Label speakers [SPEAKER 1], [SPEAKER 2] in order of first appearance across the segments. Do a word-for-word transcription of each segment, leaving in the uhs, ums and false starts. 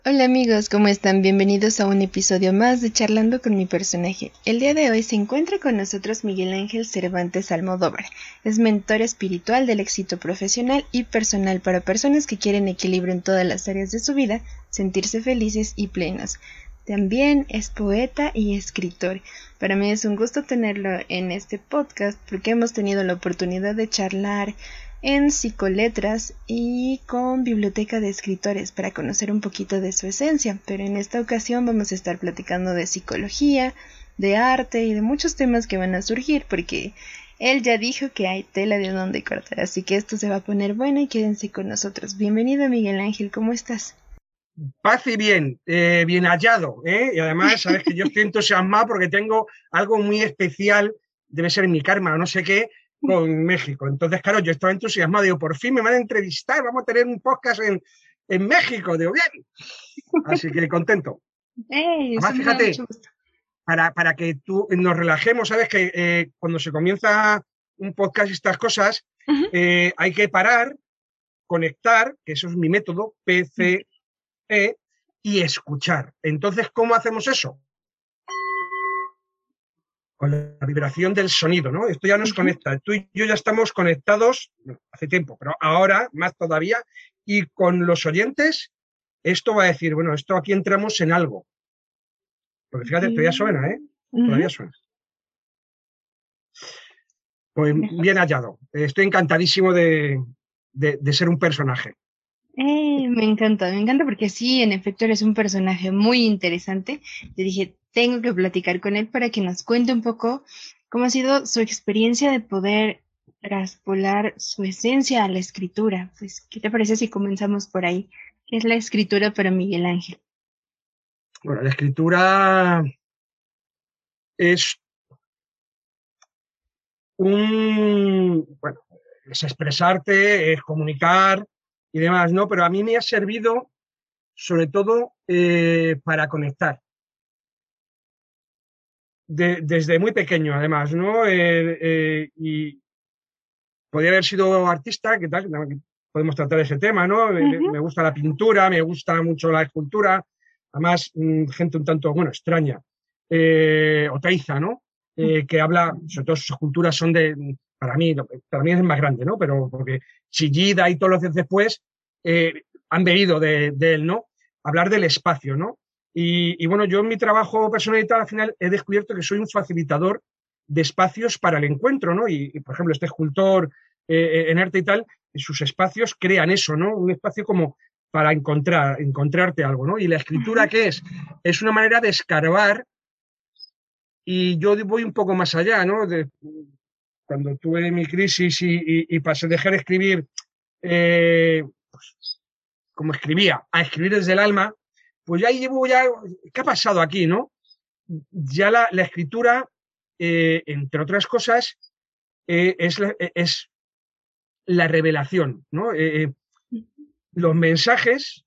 [SPEAKER 1] Hola amigos, ¿cómo están? Bienvenidos a un episodio más de Charlando con mi personaje. El día de hoy se encuentra con nosotros Miguel Ángel Cervantes Almodóvar. Es mentor espiritual del éxito profesional y personal para personas que quieren equilibrio en todas las áreas de su vida, sentirse felices y plenos. También es poeta y escritor. Para mí es un gusto tenerlo en este podcast porque hemos tenido la oportunidad de charlar en Psicoletras y con Biblioteca de Escritores para conocer un poquito de su esencia, pero en esta ocasión vamos a estar platicando de psicología, de arte y de muchos temas que van a surgir porque él ya dijo que hay tela de donde cortar, así que esto se va a poner bueno y quédense con nosotros. Bienvenido Miguel Ángel, ¿cómo estás?
[SPEAKER 2] Paz y bien, eh, bien hallado, ¿eh? Y además, sabes que yo estoy entusiasmado porque tengo algo muy especial, debe ser mi karma o no sé qué, con México. Entonces, claro, yo estaba entusiasmado, digo, por fin me van a entrevistar, vamos a tener un podcast en, en México, digo, bien. Así que contento.
[SPEAKER 1] ¡Hey! Eso
[SPEAKER 2] Además,
[SPEAKER 1] me da
[SPEAKER 2] fíjate,
[SPEAKER 1] mucho gusto.
[SPEAKER 2] para, para que tú nos relajemos, sabes que eh, cuando se comienza un podcast y estas cosas,
[SPEAKER 1] Ujú.
[SPEAKER 2] eh, hay que parar, conectar, que eso es mi método, P C E, y escuchar. Entonces, ¿cómo hacemos eso? Con la vibración del sonido, ¿no? Esto ya nos
[SPEAKER 1] Ujú.
[SPEAKER 2] conecta. Tú y yo ya estamos conectados bueno, hace tiempo, pero ahora más todavía. Y con los oyentes, esto va a decir, bueno, esto aquí entramos en algo. Porque fíjate, todavía suena, ¿eh?
[SPEAKER 1] Ujú.
[SPEAKER 2] Todavía suena. Pues
[SPEAKER 1] Mejor.
[SPEAKER 2] bien hallado. Estoy encantadísimo de, de, de ser un personaje.
[SPEAKER 1] Eh, me encanta, me encanta porque sí, en efecto eres un personaje muy interesante. Te dije, tengo que platicar con él para que nos cuente un poco cómo ha sido su experiencia de poder traspolar su esencia a la escritura. Pues, ¿qué te parece si comenzamos por ahí? ¿Qué es la escritura para Miguel Ángel?
[SPEAKER 2] Bueno, la escritura es un, bueno, es expresarte, es comunicar y demás, ¿no? Pero a mí me ha servido sobre todo eh, para conectar. De, desde muy pequeño, además, ¿no? Eh, eh, y podría haber sido artista, que tal, podemos tratar ese tema, ¿no? Me,
[SPEAKER 1] Ujú.
[SPEAKER 2] me gusta la pintura, me gusta mucho la escultura, además, mmm, gente un tanto, bueno, extraña, eh, Oteiza, ¿no? Eh, que habla, sobre todo sus esculturas son de, para mí, para mí es más grande, ¿no? Pero porque Chillida y todos los días después eh, han bebido de, de él, ¿no? Hablar del espacio, ¿no? Y, y, bueno, yo en mi trabajo personal y tal, al final he descubierto que soy un facilitador de espacios para el encuentro, ¿no? Y, y por ejemplo, este escultor eh, en arte y tal, sus espacios crean eso, ¿no? Un espacio como para encontrar, encontrarte algo, ¿no? Y la escritura,
[SPEAKER 1] Ujú.
[SPEAKER 2] ¿qué es? Es una manera de escarbar y yo voy un poco más allá, ¿no? De, cuando tuve mi crisis y, y, y pasé a dejar de escribir eh, como escribía, a escribir desde el alma, pues ya llevo ya, ¿qué ha pasado aquí, no? Ya la, la escritura, eh, entre otras cosas, eh, es, la, es, la revelación, ¿no? Eh, los mensajes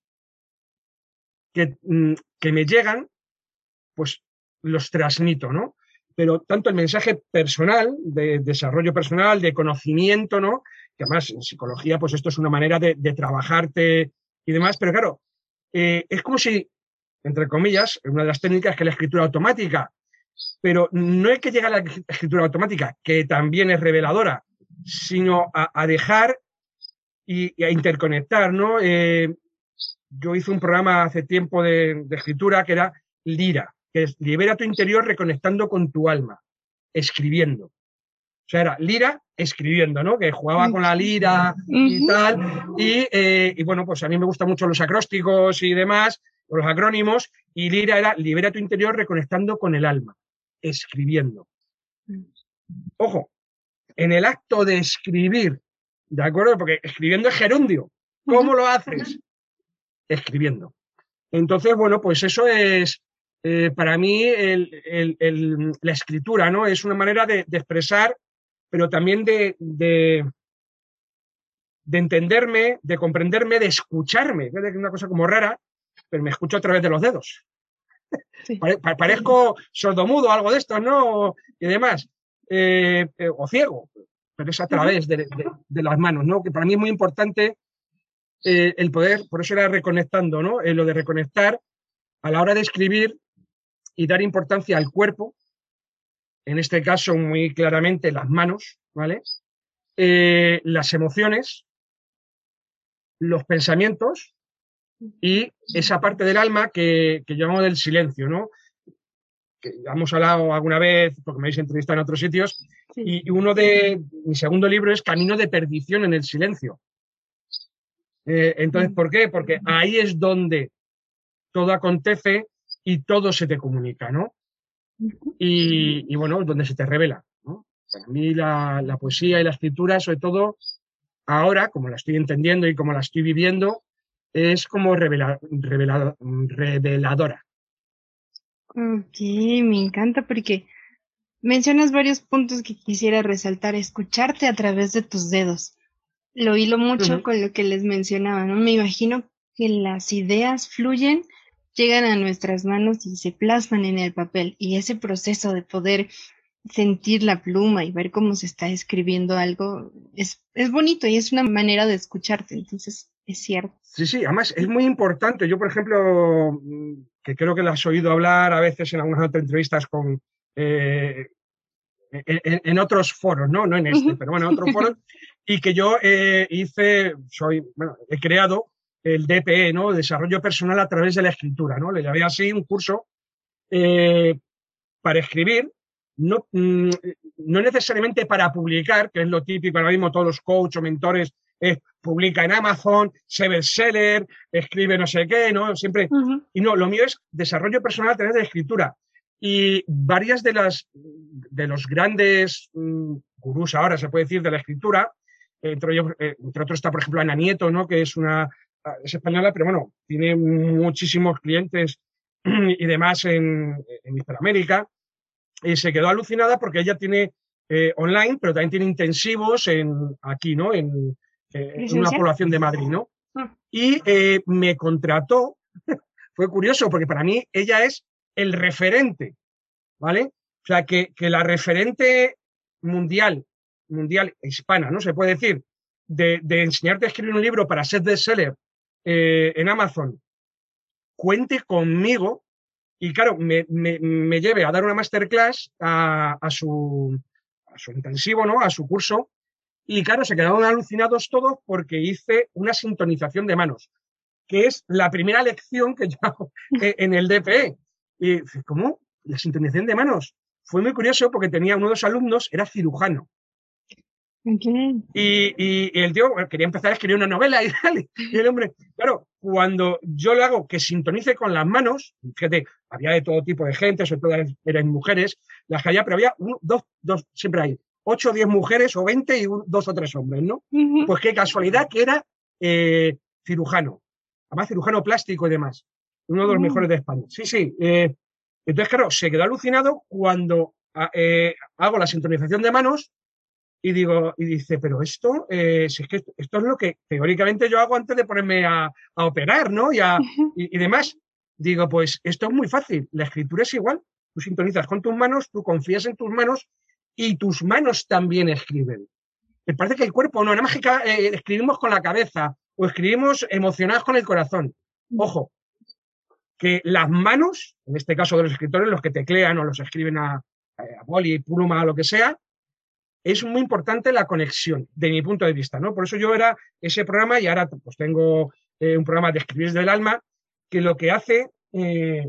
[SPEAKER 2] que, mm, que me llegan, pues los transmito, ¿no? Pero tanto el mensaje personal, de desarrollo personal, de conocimiento, ¿no? Que además en psicología, pues esto es una manera de, de trabajarte y demás, pero claro, eh, es como si, entre comillas, una de las técnicas que es la escritura automática, pero no es que llegue a la escritura automática, que también es reveladora, sino a, a dejar y, y, a interconectar, ¿no? Eh, yo hice un programa hace tiempo de, de escritura que era Lira, que es Libera tu interior reconectando con tu alma, escribiendo. O sea, era Lira escribiendo, ¿no? Que jugaba con la lira y
[SPEAKER 1] Ujú.
[SPEAKER 2] tal. Y, eh, y bueno, pues a mí me gustan mucho los acrósticos y demás, los acrónimos, y Lira era Libera tu interior reconectando con el alma, escribiendo. Ojo, en el acto de escribir, ¿de acuerdo? Porque escribiendo es gerundio.
[SPEAKER 1] Ujú.
[SPEAKER 2] ¿Cómo lo haces? Escribiendo. Entonces, bueno, pues eso es, eh, para mí, el, el, el, la escritura, ¿no? Es una manera de, de expresar, pero también de, de, de, entenderme, de comprenderme, de escucharme. Es una cosa como rara, pero me escucho a través de los dedos.
[SPEAKER 1] Sí.
[SPEAKER 2] Pare, parezco sordomudo o algo de esto, ¿no? Y demás. Eh, eh, o ciego, pero es a
[SPEAKER 1] Ujú.
[SPEAKER 2] través de, de, de, las manos, ¿no? Que para mí es muy importante eh, el poder, por eso era reconectando, ¿no? Eh, lo de reconectar a la hora de escribir y dar importancia al cuerpo, en este caso muy claramente las manos, ¿vale? Eh, las emociones, los pensamientos y esa parte del alma que, que llamamos del silencio, ¿no? Que hemos hablado alguna vez, porque me habéis entrevistado en otros sitios, sí. y uno de mi segundo libro es Camino de perdición en el silencio. Eh, entonces, ¿por qué? Porque ahí es donde todo acontece y todo se te comunica, ¿no? Y, y bueno, donde se te revela, ¿no? Para mí la, la poesía y la escritura, sobre todo ahora, como la estoy entendiendo y como la estoy viviendo, es como revela, revela, reveladora.
[SPEAKER 1] Ok, me encanta porque mencionas varios puntos que quisiera resaltar. Escucharte a través de tus dedos. Lo hilo mucho uh-huh. con lo que les mencionaba, ¿no? Me imagino que las ideas fluyen, llegan a nuestras manos y se plasman en el papel. Y ese proceso de poder sentir la pluma y ver cómo se está escribiendo algo es, es bonito y es una manera de escucharte. Entonces, es cierto.
[SPEAKER 2] Sí, sí, además es muy importante. Yo, por ejemplo, que creo que lo has oído hablar a veces en algunas otras entrevistas con... Eh, en, en otros foros, ¿no? No en este, uh-huh. pero bueno, en otros foros, y que yo eh, hice, soy, bueno, he creado el D P E, ¿no? Desarrollo personal a través de la escritura, ¿no? Le llamé así un curso eh, para escribir, no, mm, no necesariamente para publicar, que es lo típico, ahora mismo todos los coaches o mentores eh, publica en Amazon, se bestseller, escribe no sé qué, ¿no? Siempre, uh-huh. y no, lo mío es desarrollo personal a través de la escritura. Y varias de las de los grandes um, gurús ahora, se puede decir, de la escritura, entre, ellos, eh, entre otros está, por ejemplo, Ana Nieto, ¿no? Que es una es española, pero bueno, tiene muchísimos clientes y demás en, en Hispanoamérica. Y se quedó alucinada porque ella tiene eh, online, pero también tiene intensivos en, aquí, ¿no? En, eh, en una población de Madrid, ¿no? Ah. Y eh, me contrató, fue curioso, porque para mí ella es el referente, ¿vale? O sea, que, que la referente mundial, mundial hispana, ¿no? Se puede decir, de, de enseñarte a escribir un libro para ser bestseller eh, en Amazon, cuente conmigo y, claro, me, me, me lleve a dar una masterclass a, a, su, a su intensivo, ¿no? A su curso. Y, claro, se quedaron alucinados todos porque hice una sintonización de manos, que es la primera lección que yo hago en el D P E. Y, ¿cómo? La sintonización de manos. Fue muy curioso porque tenía uno de los alumnos, era cirujano.
[SPEAKER 1] Okay.
[SPEAKER 2] Y, y, y el tío bueno, quería empezar a escribir una novela y tal. Y el hombre, claro, cuando yo lo hago que sintonice con las manos, fíjate, había de todo tipo de gente, sobre todo eran mujeres, las que había, pero había un, dos, dos, siempre hay ocho o diez mujeres o veinte y un, dos o tres hombres, ¿no? Uh-huh. Pues qué casualidad que era eh, cirujano, además cirujano plástico y demás, uno de los uh-huh. mejores de España. Sí, sí. Eh, entonces, claro, se quedó alucinado cuando eh, hago la sintonización de manos. Y digo, y dice, pero esto, eh, si es que esto, esto es lo que teóricamente yo hago antes de ponerme a, a operar, ¿no? Y, a, y, y demás. Digo, pues esto es muy fácil. La escritura es igual. Tú sintonizas con tus manos, tú confías en tus manos y tus manos también escriben. Me parece que el cuerpo no, nada más que eh, escribimos con la cabeza o escribimos emocionados con el corazón. Ojo, que las manos, en este caso de los escritores, los que teclean o los escriben a, a boli, pluma, lo que sea, es muy importante la conexión, de mi punto de vista, ¿no? Por eso yo era ese programa y ahora pues tengo eh, un programa de Escribir del Alma que lo que hace eh,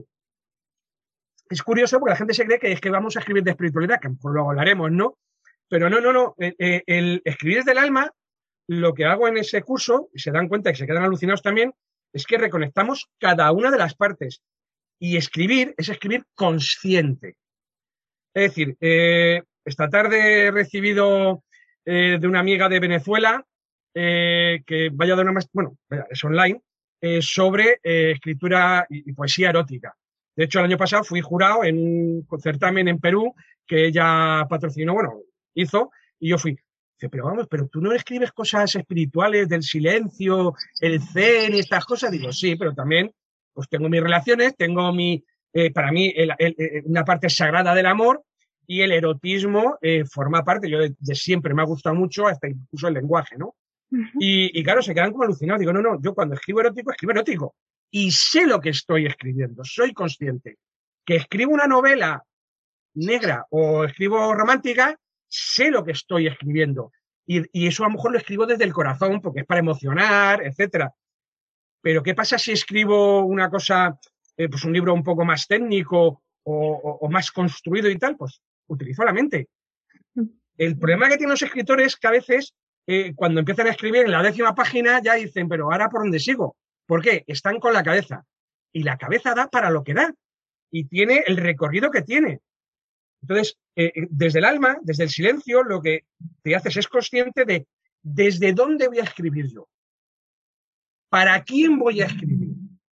[SPEAKER 2] es curioso porque la gente se cree que es que vamos a escribir de espiritualidad, que pues luego hablaremos, ¿no? Pero no, no, no. Eh, eh, el Escribir del Alma, lo que hago en ese curso, y se dan cuenta y se quedan alucinados también, es que reconectamos cada una de las partes. Y escribir es escribir consciente. Es decir, eh, esta tarde he recibido eh, de una amiga de Venezuela eh, que vaya a dar una más, bueno, es online, eh, sobre eh, escritura y, y poesía erótica. De hecho, el año pasado fui jurado en un certamen en Perú que ella patrocinó, bueno, hizo, y yo fui. Dice, pero vamos, pero tú no escribes cosas espirituales del silencio, el zen y estas cosas. Digo, sí, pero también pues tengo mis relaciones, tengo mi, eh, para mí, el, el, el, una parte sagrada del amor. Y el erotismo eh, forma parte, yo de, de siempre me ha gustado mucho, hasta incluso el lenguaje, ¿no? Y, y claro, se quedan como alucinados. Digo, no, no, yo cuando escribo erótico, escribo erótico. Y sé lo que estoy escribiendo, soy consciente. Que escribo una novela negra o escribo romántica, sé lo que estoy escribiendo. Y, y eso a lo mejor lo escribo desde el corazón, porque es para emocionar, etcétera. Pero ¿qué pasa si escribo una cosa, eh, pues un libro un poco más técnico o, o, o más construido y tal? Pues utilizo la mente. El problema que tienen los escritores es que a veces, eh, cuando empiezan a escribir en la décima página, ya dicen, pero ahora ¿por dónde sigo? ¿Por qué? Están con la cabeza. Y la cabeza da para lo que da. Y tiene el recorrido que tiene. Entonces, eh, desde el alma, desde el silencio, lo que te haces es consciente de desde dónde voy a escribir yo. ¿Para quién voy a escribir?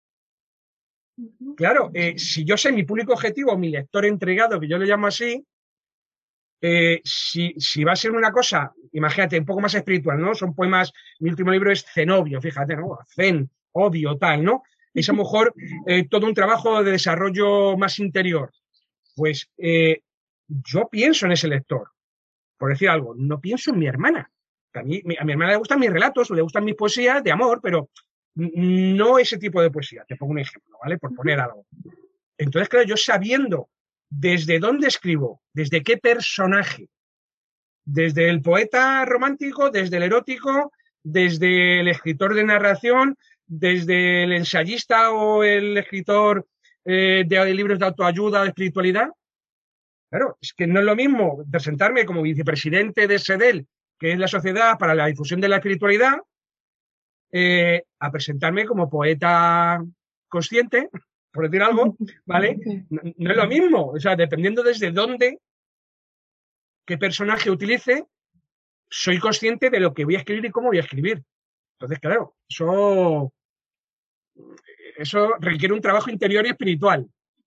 [SPEAKER 2] Claro, eh, si yo sé mi público objetivo, mi lector entregado, que yo le llamo así, eh, si, si va a ser una cosa, imagínate, un poco más espiritual, ¿no? Son poemas, mi último libro es Cenobio, fíjate, ¿no? Zen, obvio, tal, ¿no? Es a lo mejor eh, todo un trabajo de desarrollo más interior. Pues eh, yo pienso en ese lector, por decir algo, no pienso en mi hermana. A mí, a mi hermana le gustan mis relatos, le gustan mis poesías de amor, pero no ese tipo de poesía. Te pongo un ejemplo, ¿vale? Por poner algo. Entonces, claro, yo sabiendo desde dónde escribo, desde qué personaje, desde el poeta romántico, desde el erótico, desde el escritor de narración, desde el ensayista o el escritor eh, de libros de autoayuda, de espiritualidad. Claro, es que no es lo mismo presentarme como vicepresidente de SEDEL, que es la Sociedad para la Difusión de la Espiritualidad, eh, a presentarme como poeta consciente, por decir algo, ¿vale? No, no es lo mismo, o sea, dependiendo desde dónde, qué personaje utilice, soy consciente de lo que voy a escribir y cómo voy a escribir. Entonces, claro, eso, eso requiere un trabajo interior y espiritual.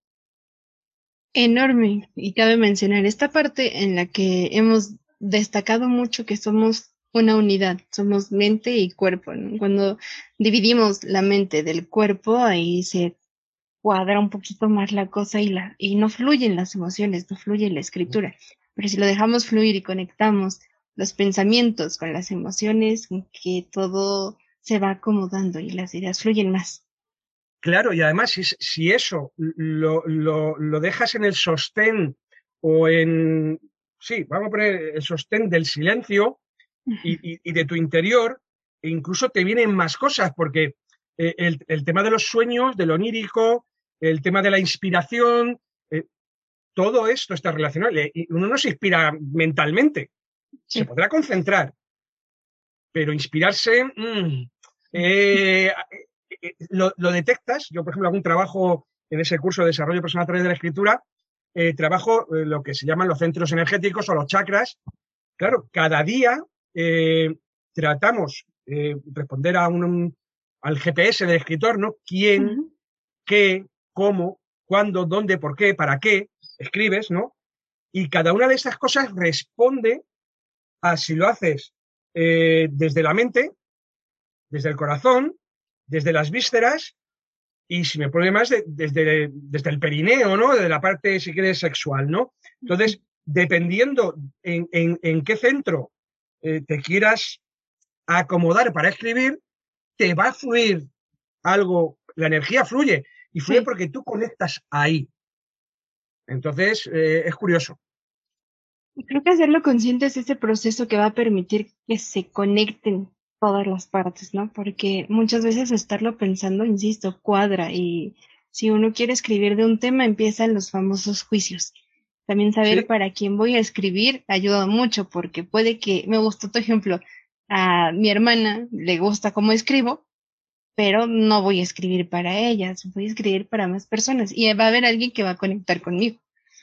[SPEAKER 1] Enorme. Y cabe mencionar esta parte en la que hemos destacado mucho que somos una unidad, somos mente y cuerpo, ¿no? Cuando dividimos la mente del cuerpo, ahí se cuadra un poquito más la cosa y, la, y no fluyen las emociones, no fluye la escritura. Pero si lo dejamos fluir y conectamos los pensamientos con las emociones, que todo se va acomodando y las ideas fluyen más.
[SPEAKER 2] Claro, y además, si, si eso lo, lo, lo, dejas en el sostén o en, sí, vamos a poner el sostén del silencio y, y, y de tu interior, e incluso te vienen más cosas, porque eh, el, el, tema de los sueños, de lo onírico, el tema de la inspiración, eh, todo esto está relacionado. Y uno no se inspira mentalmente, se podrá concentrar, pero inspirarse, mmm, eh, lo, lo, detectas. Yo, por ejemplo, hago un trabajo en ese curso de desarrollo personal a través de la escritura, eh, trabajo eh, lo que se llaman los centros energéticos o los chakras. Claro, cada día eh, tratamos de eh, responder a un, un, al G P S del escritor, ¿no? ¿Quién, uh-huh. qué, cómo, cuándo, dónde, por qué, para qué escribes, ¿no? Y cada una de esas cosas responde a si lo haces eh, desde la mente, desde el corazón, desde las vísceras, y si me pone más, de, desde, desde el perineo, ¿no? De la parte, si quieres, sexual, ¿no? Entonces, dependiendo en, en, en qué centro eh, te quieras acomodar para escribir, te va a fluir algo, la energía fluye, y fluye sí. porque tú conectas ahí. Entonces, eh, es curioso.
[SPEAKER 1] Creo que hacerlo consciente es ese proceso que va a permitir que se conecten todas las partes, ¿no? Porque muchas veces estarlo pensando, insisto, cuadra y si uno quiere escribir de un tema empiezan los famosos juicios. También saber ¿Sí? para quién voy a escribir ayuda mucho porque puede que, me gustó tu ejemplo, a mi hermana le gusta cómo escribo, pero no voy a escribir para ellas, voy a escribir para más personas y va a haber alguien que va a conectar conmigo.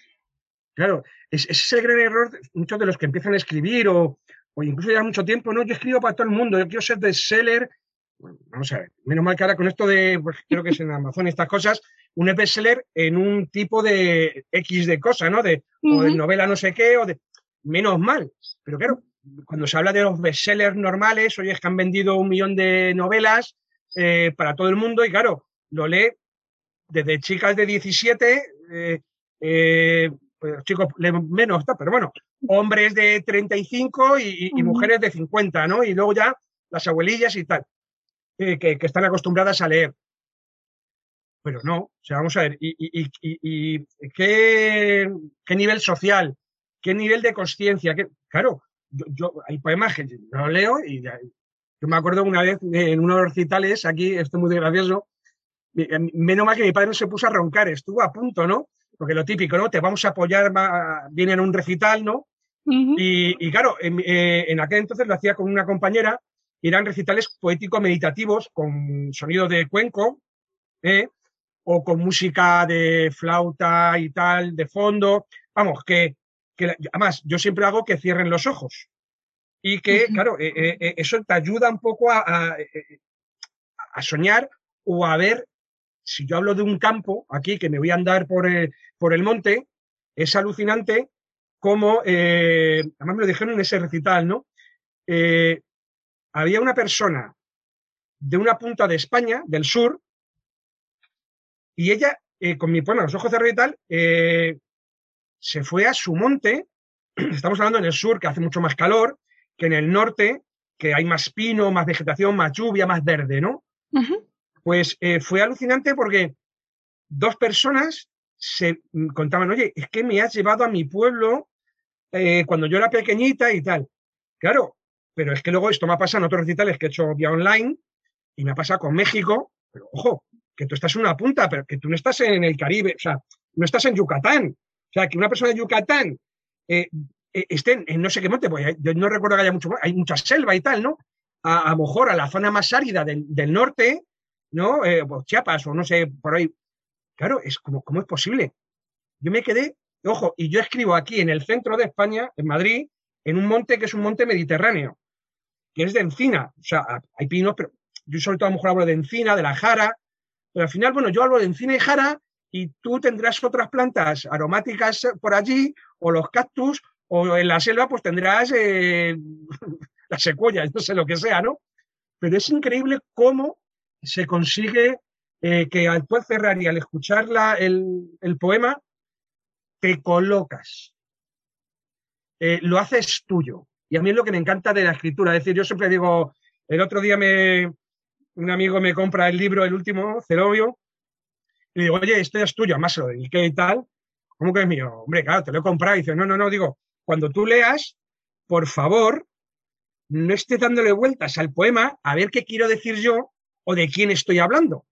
[SPEAKER 2] Claro, ese es el gran error de muchos de los que empiezan a escribir o, o incluso ya mucho tiempo, no, yo escribo para todo el mundo, yo quiero ser bestseller. Bueno, vamos a ver, menos mal que ahora con esto de, pues creo que es en Amazon estas cosas, un bestseller en un tipo de X de cosa, ¿no? De, uh-huh. O de novela no sé qué, o de, menos mal. Pero claro, cuando se habla de los bestsellers normales, oye, es que han vendido un millón de novelas eh, para todo el mundo y claro, lo lee desde chicas de diecisiete, eh, eh, pues, chicos menos, pero bueno, hombres de treinta y cinco y, y, y mujeres de cincuenta, ¿no? Y luego ya las abuelillas y tal, eh, que, que están acostumbradas a leer. Pero no, o sea, vamos a ver, ¿y, y, y, y qué, qué nivel social, qué nivel de conciencia? Claro, yo, yo, hay poemas que no leo y ya, yo me acuerdo una vez en unos recitales, aquí, esto es muy gracioso, menos mal que mi padre no se puso a roncar, estuvo a punto, ¿no? Porque lo típico, ¿no? Te vamos a apoyar, va, viene en un recital, ¿no? Uh-huh. Y, y claro, en, eh, en aquel entonces lo hacía con una compañera, y eran recitales poético-meditativos con sonido de cuenco, ¿eh? O con música de flauta y tal, de fondo. Vamos, que, que además yo siempre hago que cierren los ojos. Y que, uh-huh. claro, eh, eh, eso te ayuda un poco a, a, a soñar o a ver. Si yo hablo de un campo aquí, que me voy a andar por, eh, por el monte, es alucinante cómo, eh, además me lo dijeron en ese recital, ¿no? Eh, había una persona de una punta de España, del sur, y ella, eh, con mi poema Los ojos cerrados y tal, eh, se fue a su monte, estamos hablando en el sur, que hace mucho más calor, que en el norte, que hay más pino, más vegetación, más lluvia, más verde, ¿no? Uh-huh. Pues eh, fue alucinante porque dos personas se contaban, oye, es que me has llevado a mi pueblo eh, cuando yo era pequeñita y tal. Claro, pero es que luego esto me ha pasado en otros recitales que he hecho vía online y me ha pasado con México, pero ojo, que tú estás en una punta, pero que tú no estás en el Caribe, o sea, no estás en Yucatán. O sea, que una persona de Yucatán eh, eh, esté en, en no sé qué monte, pues yo no recuerdo que haya mucho, hay mucha selva y tal, ¿no? A, a lo mejor a la zona más árida del, del norte, ¿no? Eh, pues Chiapas o no sé, por ahí. Claro, es como, ¿cómo es posible? Yo me quedé, ojo, y yo escribo aquí en el centro de España, en Madrid, en un monte que es un monte mediterráneo, que es de encina. O sea, hay pinos, pero yo sobre todo a lo mejor hablo de encina, de la jara, pero al final, bueno, yo hablo de encina y jara y tú tendrás otras plantas aromáticas por allí, o los cactus, o en la selva pues tendrás eh, las secuoyas, no sé lo que sea, ¿no? Pero es increíble cómo se consigue eh, que al poder cerrar y al escuchar la, el, el poema, te colocas, eh, lo haces tuyo. Y a mí es lo que me encanta de la escritura. Es decir, yo siempre digo, el otro día me, un amigo me compra el libro, el último, Zenobio, y digo, oye, esto ya es tuyo, además se lo dediqué y tal. ¿Cómo que es mío? Hombre, claro, te lo he comprado. Y dice, no, no, no, digo, cuando tú leas, por favor, no estés dándole vueltas al poema a ver qué quiero decir yo o de quién estoy hablando.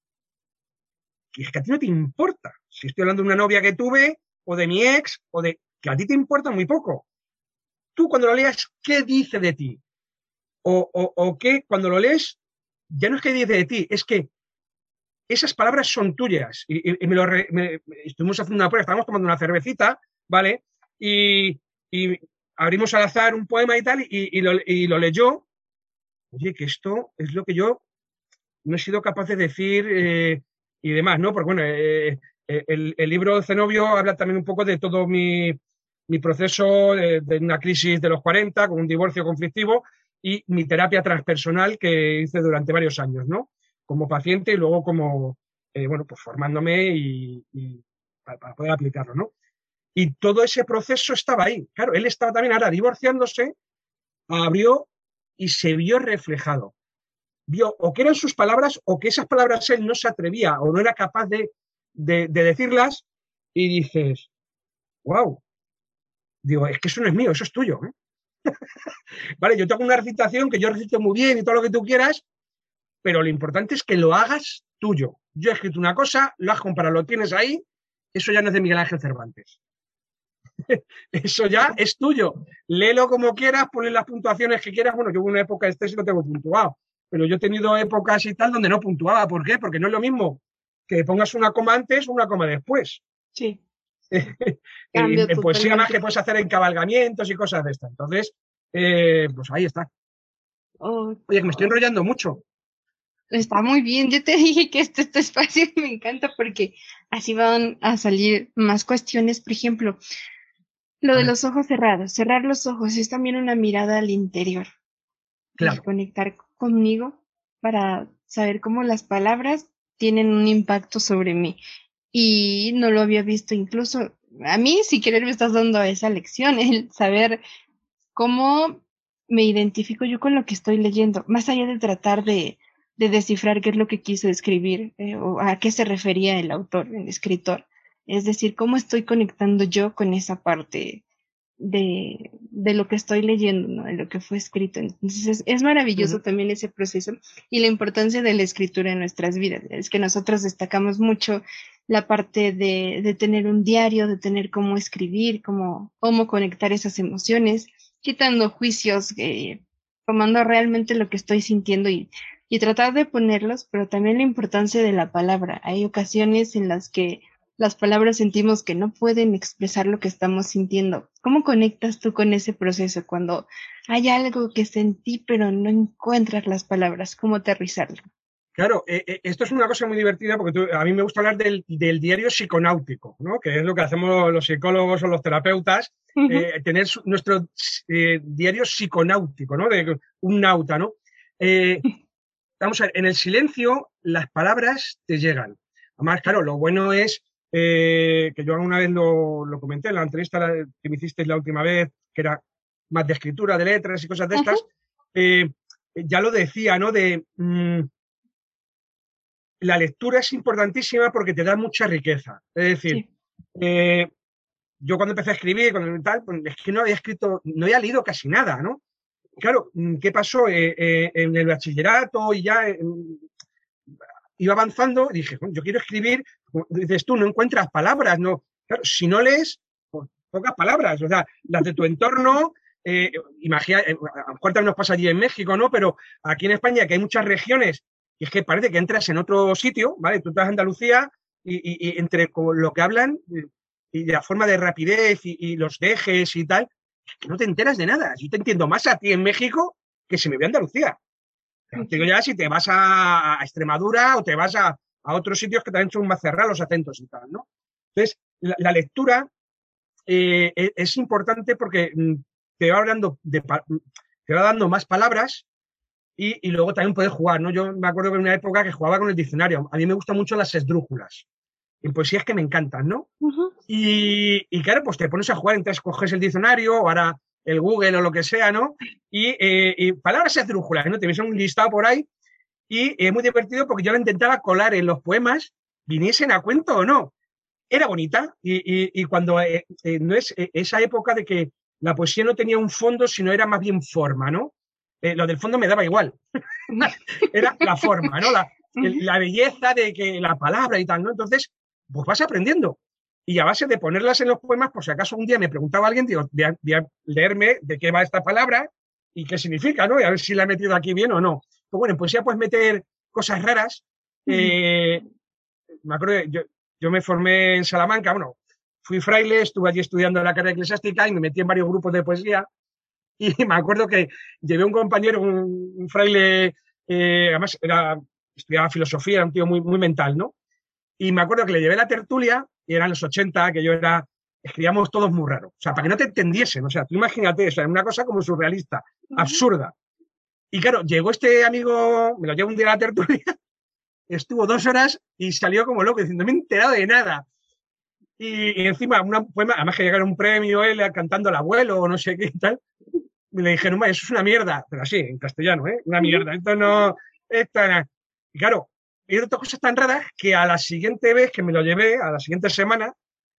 [SPEAKER 2] Que es que a ti no te importa si estoy hablando de una novia que tuve o de mi ex o de... que a ti te importa muy poco. Tú cuando lo leas, ¿qué dice de ti? O, o, o qué, cuando lo lees, ya no es que dice de ti, es que esas palabras son tuyas. Y, y, y me lo re, me, estuvimos haciendo una prueba, estábamos tomando una cervecita, ¿vale? Y, y abrimos al azar un poema y tal, y, y, lo, y lo leyó. Oye, que esto es lo que yo no he sido capaz de decir eh, y demás, ¿no? Porque, bueno, eh, el, el libro Zenobio habla también un poco de todo mi, mi proceso de, de una crisis de los cuarenta, con un divorcio conflictivo, y mi terapia transpersonal que hice durante varios años, ¿no? Como paciente y luego como, eh, bueno, pues formándome y, y para, para poder aplicarlo, ¿no? Y todo ese proceso estaba ahí. Claro, él estaba también ahora divorciándose, abrió y se vio reflejado. Vio o que eran sus palabras o que esas palabras él no se atrevía o no era capaz de, de, de decirlas, y dices, wow, digo, es que eso no es mío, eso es tuyo, ¿eh? Vale, yo tengo una recitación que yo recito muy bien y todo lo que tú quieras, pero lo importante es que lo hagas tuyo. Yo he escrito una cosa, lo has comparado, lo tienes ahí, eso ya no es de Miguel Ángel Cervantes. Eso ya es tuyo. Léelo como quieras, ponle las puntuaciones que quieras. Bueno, yo hubo una época de este sí lo tengo puntuado, pero yo he tenido épocas y tal donde no puntuaba. ¿Por qué? Porque no es lo mismo que pongas una coma antes o una coma después.
[SPEAKER 1] Sí.
[SPEAKER 2] en, en poesía más que puedes hacer encabalgamientos y cosas de estas. Entonces, eh, pues ahí está. Oh, Oye, que me estoy enrollando mucho.
[SPEAKER 1] Está muy bien. Yo te dije que este, este espacio me encanta porque así van a salir más cuestiones. Por ejemplo, lo de los ojos cerrados. Cerrar los ojos es también una mirada al interior.
[SPEAKER 2] Claro.
[SPEAKER 1] Y conectar conmigo para saber cómo las palabras tienen un impacto sobre mí. Y no lo había visto incluso. A mí, si querer, me estás dando esa lección, el saber cómo me identifico yo con lo que estoy leyendo, más allá de tratar de, de descifrar qué es lo que quiso escribir eh, o a qué se refería el autor, el escritor. Es decir, cómo estoy conectando yo con esa parte de, de lo que estoy leyendo, ¿no? De lo que fue escrito. Entonces es, es maravilloso
[SPEAKER 2] Ujú.
[SPEAKER 1] también ese proceso y la importancia de la escritura en nuestras vidas. Es que nosotros destacamos mucho la parte de, de tener un diario, de tener cómo escribir, cómo, cómo conectar esas emociones, quitando juicios, eh, tomando realmente lo que estoy sintiendo y, y tratar de ponerlos, pero también la importancia de la palabra. Hay ocasiones en las que las palabras sentimos que no pueden expresar lo que estamos sintiendo. ¿Cómo conectas tú con ese proceso cuando hay algo que sentí pero no encuentras las palabras? ¿Cómo aterrizarlo?
[SPEAKER 2] Claro, eh, eh, esto es una cosa muy divertida porque tú- a mí me gusta hablar del, del diario psiconáutico, ¿no? Que es lo que hacemos los psicólogos o los terapeutas,
[SPEAKER 1] Ujú,
[SPEAKER 2] eh, tener su- nuestro eh, diario psiconáutico, ¿no? De un nauta, ¿no? Eh, Vamos a ver, en el silencio las palabras te llegan. Además, claro, lo bueno es eh, que yo alguna vez lo, lo comenté en la entrevista que me hicisteis la última vez, que era más de escritura, de letras y cosas de
[SPEAKER 1] ujú,
[SPEAKER 2] estas, eh, ya lo decía, ¿no? De mm, la lectura es importantísima porque te da mucha riqueza. Es decir,
[SPEAKER 1] sí,
[SPEAKER 2] eh, yo cuando empecé a escribir, cuando tal, pues es que no había escrito, no había leído casi nada, ¿no? Claro, ¿qué pasó? Eh, eh, en el bachillerato y ya eh, iba avanzando y dije, bueno, yo quiero escribir, dices tú, no encuentras palabras, no. Claro, si no lees, pues, pocas palabras, o sea, las de tu entorno, eh, imagina, eh, a lo mejor también nos pasa allí en México, ¿no? Pero aquí en España, que hay muchas regiones, y es que parece que entras en otro sitio, ¿vale? Tú estás en Andalucía y, y, y entre lo que hablan y la forma de rapidez y, y los dejes y tal, es que no te enteras de nada. Yo te entiendo más a ti en México que se me ve Andalucía. Te digo
[SPEAKER 1] sí,
[SPEAKER 2] ya si te vas a, a Extremadura o te vas a, a, otros sitios que también son más cerrados los acentos y tal, ¿no? Entonces, la, la lectura eh, es importante porque mm, te va hablando de, te va dando más palabras y, y, luego también puedes jugar, ¿no? Yo me acuerdo que en una época que jugaba con el diccionario. A mí me gustan mucho las esdrújulas. En poesía es que me encantan, ¿no?
[SPEAKER 1] ujú,
[SPEAKER 2] Y, y, claro, pues te pones a jugar, entonces coges el diccionario o ahora el Google o lo que sea, ¿no? Y, eh, y palabras esdrújulas, ¿no? Te ves un listado por ahí y es muy divertido porque yo la intentaba colar en los poemas, viniesen a cuento o no. Era bonita y, y, y cuando eh, eh, no es eh, esa época de que la poesía no tenía un fondo, sino era más bien forma, ¿no? Eh, lo del fondo me daba igual. Era la forma, ¿no? La, el,
[SPEAKER 1] ujú,
[SPEAKER 2] la belleza de que la palabra y tal, ¿no? Entonces, pues vas aprendiendo. Y a base de ponerlas en los poemas, por si acaso un día me preguntaba alguien, digo, de, de leerme de qué va esta palabra y qué significa, ¿no? Y a ver si la he metido aquí bien o no. Pues bueno, en poesía puedes meter cosas raras.
[SPEAKER 1] ujú,
[SPEAKER 2] Eh, me acuerdo, yo, yo me formé en Salamanca, bueno, fui fraile, estuve allí estudiando la carrera eclesiástica y me metí en varios grupos de poesía. Y me acuerdo que llevé un compañero, un, un fraile, eh, además era, estudiaba filosofía, era un tío muy, muy mental, ¿no? Y me acuerdo que le llevé la tertulia, y eran los ochenta, que yo era, escribíamos todos muy raro. O sea, para que no te entendiesen. O sea, tú imagínate, o sea, una cosa como surrealista,
[SPEAKER 1] ujú.
[SPEAKER 2] absurda. Y claro, llegó este amigo, me lo llevo un día a la tertulia, estuvo dos horas y salió como loco, diciendo, no me he enterado de nada. Y, y encima, una poema, además que llegaron un premio, él cantando al abuelo o no sé qué y tal. Y le dijeron, eso es una mierda, pero así, en castellano, ¿eh? Una
[SPEAKER 1] Ujú.
[SPEAKER 2] mierda, esto no, esto no. Y claro, he otras cosas tan raras que a la siguiente vez que me lo llevé, a la siguiente semana,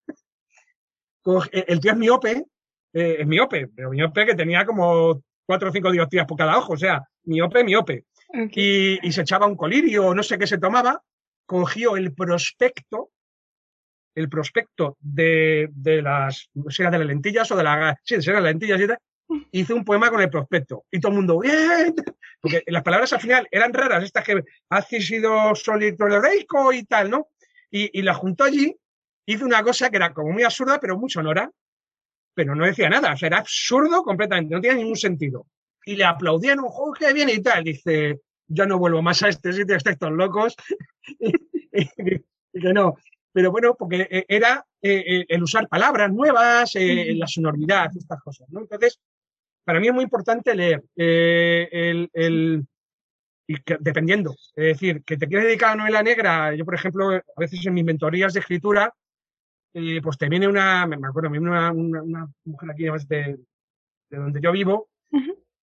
[SPEAKER 2] el tío es miope, eh, es miope, pero miope que tenía como cuatro o cinco dioptrías por cada ojo, o sea, miope, miope.
[SPEAKER 1] Okay.
[SPEAKER 2] Y, y se echaba un colirio o no sé qué se tomaba, cogió el prospecto, el prospecto de, de las, no sé, de las lentillas o de las, sí, de las lentillas y tal, hice un poema con el prospecto. Y todo el mundo, ¡bien! Porque las palabras al final eran raras, estas que ha sido solidoreico y tal, ¿no? Y, y la juntó allí, hizo una cosa que era como muy absurda, pero muy sonora, pero no decía nada, o sea, era absurdo completamente, no tenía ningún sentido. Y le aplaudieron, ¡oh, qué bien! Y tal. Dice, yo no vuelvo más a este sitio, estáis todos locos. y, y, y que no. Pero bueno, porque era eh, el usar palabras nuevas, eh, la
[SPEAKER 1] Ujú.
[SPEAKER 2] sonoridad, estas cosas, ¿no? Entonces, para mí es muy importante leer, eh, el,
[SPEAKER 1] Sí.
[SPEAKER 2] el, y que, dependiendo. Es decir, que te quieres dedicar a novela negra, yo, por ejemplo, a veces en mis mentorías de escritura, eh, pues te viene una, me acuerdo, me viene una, una, una mujer aquí de, de, donde yo vivo,
[SPEAKER 1] Ujú.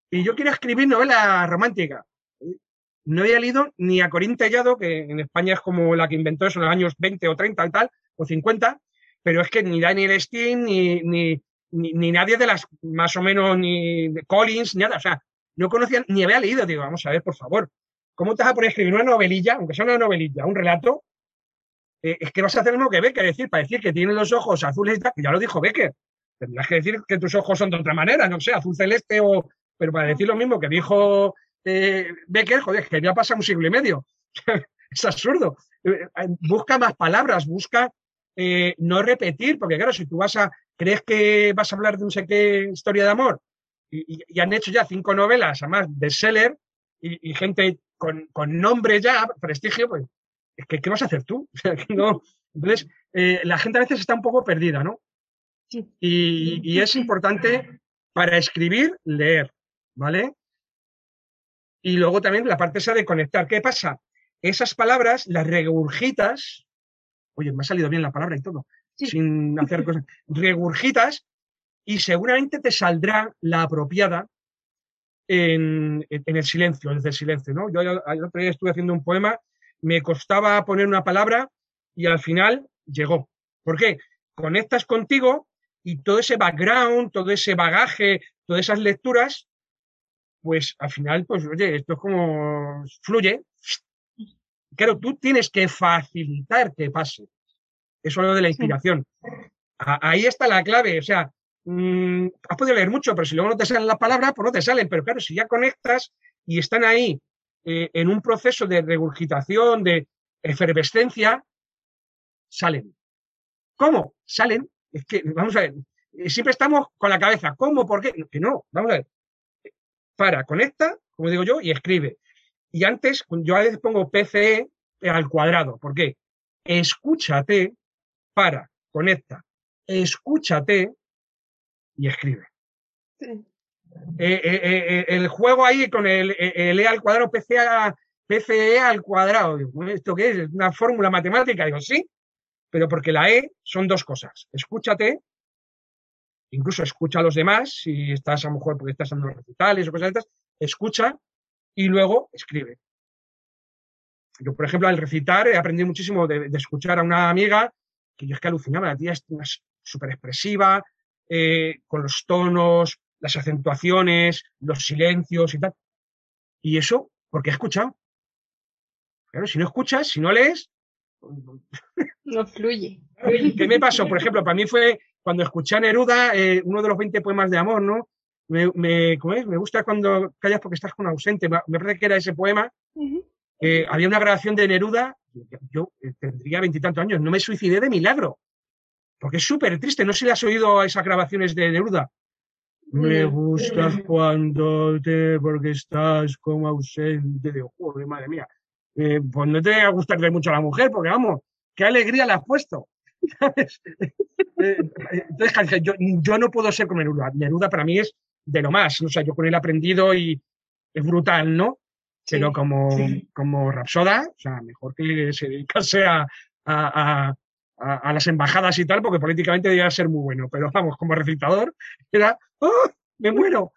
[SPEAKER 2] Y yo quería escribir novela romántica. No había leído ni a Corín Tellado, que en España es como la que inventó eso en los años veinte o treinta y tal, o cincuenta, pero es que ni Daniel Steele, ni, ni, ni, ni nadie de las, más o menos, ni de Collins, ni nada. O sea, no conocía, ni había leído. Digo, vamos a ver, por favor, ¿cómo te vas a poner a escribir una novelilla, aunque sea una novelilla, un relato? Eh, es que vas a hacer lo mismo que Becker, decir, para decir que tiene los ojos azules y tal, que ya lo dijo Becker. Tendrás que decir que tus ojos son de otra manera, no sé, azul celeste o... Pero para decir lo mismo que dijo eh, Becker, joder, que ya pasa un siglo y medio. Es absurdo. Eh, busca más palabras, busca eh, no repetir, porque claro, si tú vas a, crees que vas a hablar de un sé qué historia de amor y, y, y han hecho ya cinco novelas, además bestseller, y, y gente con, con nombre ya, prestigio, pues es que ¿qué vas a hacer tú? O sea, que no. Entonces, eh, la gente a veces está un poco perdida, ¿no?
[SPEAKER 1] Sí.
[SPEAKER 2] Y, y es importante para escribir, leer, ¿vale? Y luego también la parte esa de conectar. ¿Qué pasa? Esas palabras las regurgitas, oye, me ha salido bien la palabra y todo,
[SPEAKER 1] Sí.
[SPEAKER 2] sin hacer cosas, regurgitas y seguramente te saldrá la apropiada en, en el silencio, desde el silencio, ¿no? Yo el otro día estuve haciendo un poema, me costaba poner una palabra y al final llegó. ¿Por qué? Conectas contigo y todo ese background, todo ese bagaje, todas esas lecturas, pues al final, pues oye, esto es como fluye. Claro, tú tienes que facilitar que pase. Eso es lo de la inspiración. Sí. Ahí está la clave. O sea, mmm, has podido leer mucho, pero si luego no te salen las palabras, pues no te salen. Pero claro, si ya conectas y están ahí eh, en un proceso de regurgitación, de efervescencia, salen. ¿Cómo? Salen. Es que, vamos a ver, siempre estamos con la cabeza. ¿Cómo? ¿Por qué? Que no, vamos a ver. Para, conecta, como digo yo, y escribe. Y antes, yo a veces pongo P C E al cuadrado. ¿Por qué? Escúchate, para, conecta, escúchate y escribe. Sí. Eh, eh, eh, el juego ahí con el, el E al cuadrado, P C A, P C E al cuadrado. Digo, ¿esto qué es? ¿Es una fórmula matemática? Digo, sí, pero porque la E son dos cosas. Escúchate, incluso escucha a los demás, si estás a lo mejor porque estás en los recitales o cosas de estas, escucha y luego escribe. Yo, por ejemplo, al recitar he aprendido muchísimo de, de escuchar a una amiga que yo es que alucinaba, la tía es súper expresiva, eh, con los tonos, las acentuaciones, los silencios y tal. Y eso, porque he escuchado. Claro, si no escuchas, si no lees...
[SPEAKER 1] No fluye.
[SPEAKER 2] ¿Qué me pasó? Por ejemplo, para mí fue cuando escuché a Neruda, eh, uno de los veinte poemas de amor, ¿no? Me, me, ¿cómo es? Me gusta cuando callas porque estás con ausente. Me parece que era ese poema. Uh-huh. Eh, había una grabación de Neruda, yo eh, tendría veintitantos años, no me suicidé de milagro, porque es súper triste, no sé si le has oído a esas grabaciones de Neruda. No. Me gustas cuando te, porque estás como ausente, de joder, madre mía. Eh, pues no te va a gustarle mucho a la mujer, porque vamos, qué alegría le has puesto. ¿Sabes? eh, entonces, yo, yo no puedo ser como Neruda. Neruda para mí es de lo más, o sea, yo con él he aprendido y es brutal, ¿no? Pero sí, como, sí. como Rapsoda, o sea, mejor que se dedicase a, a, a, a, las embajadas y tal, porque políticamente debía ser muy bueno. Pero vamos, como recitador, era, ¡oh! ¡Me muero!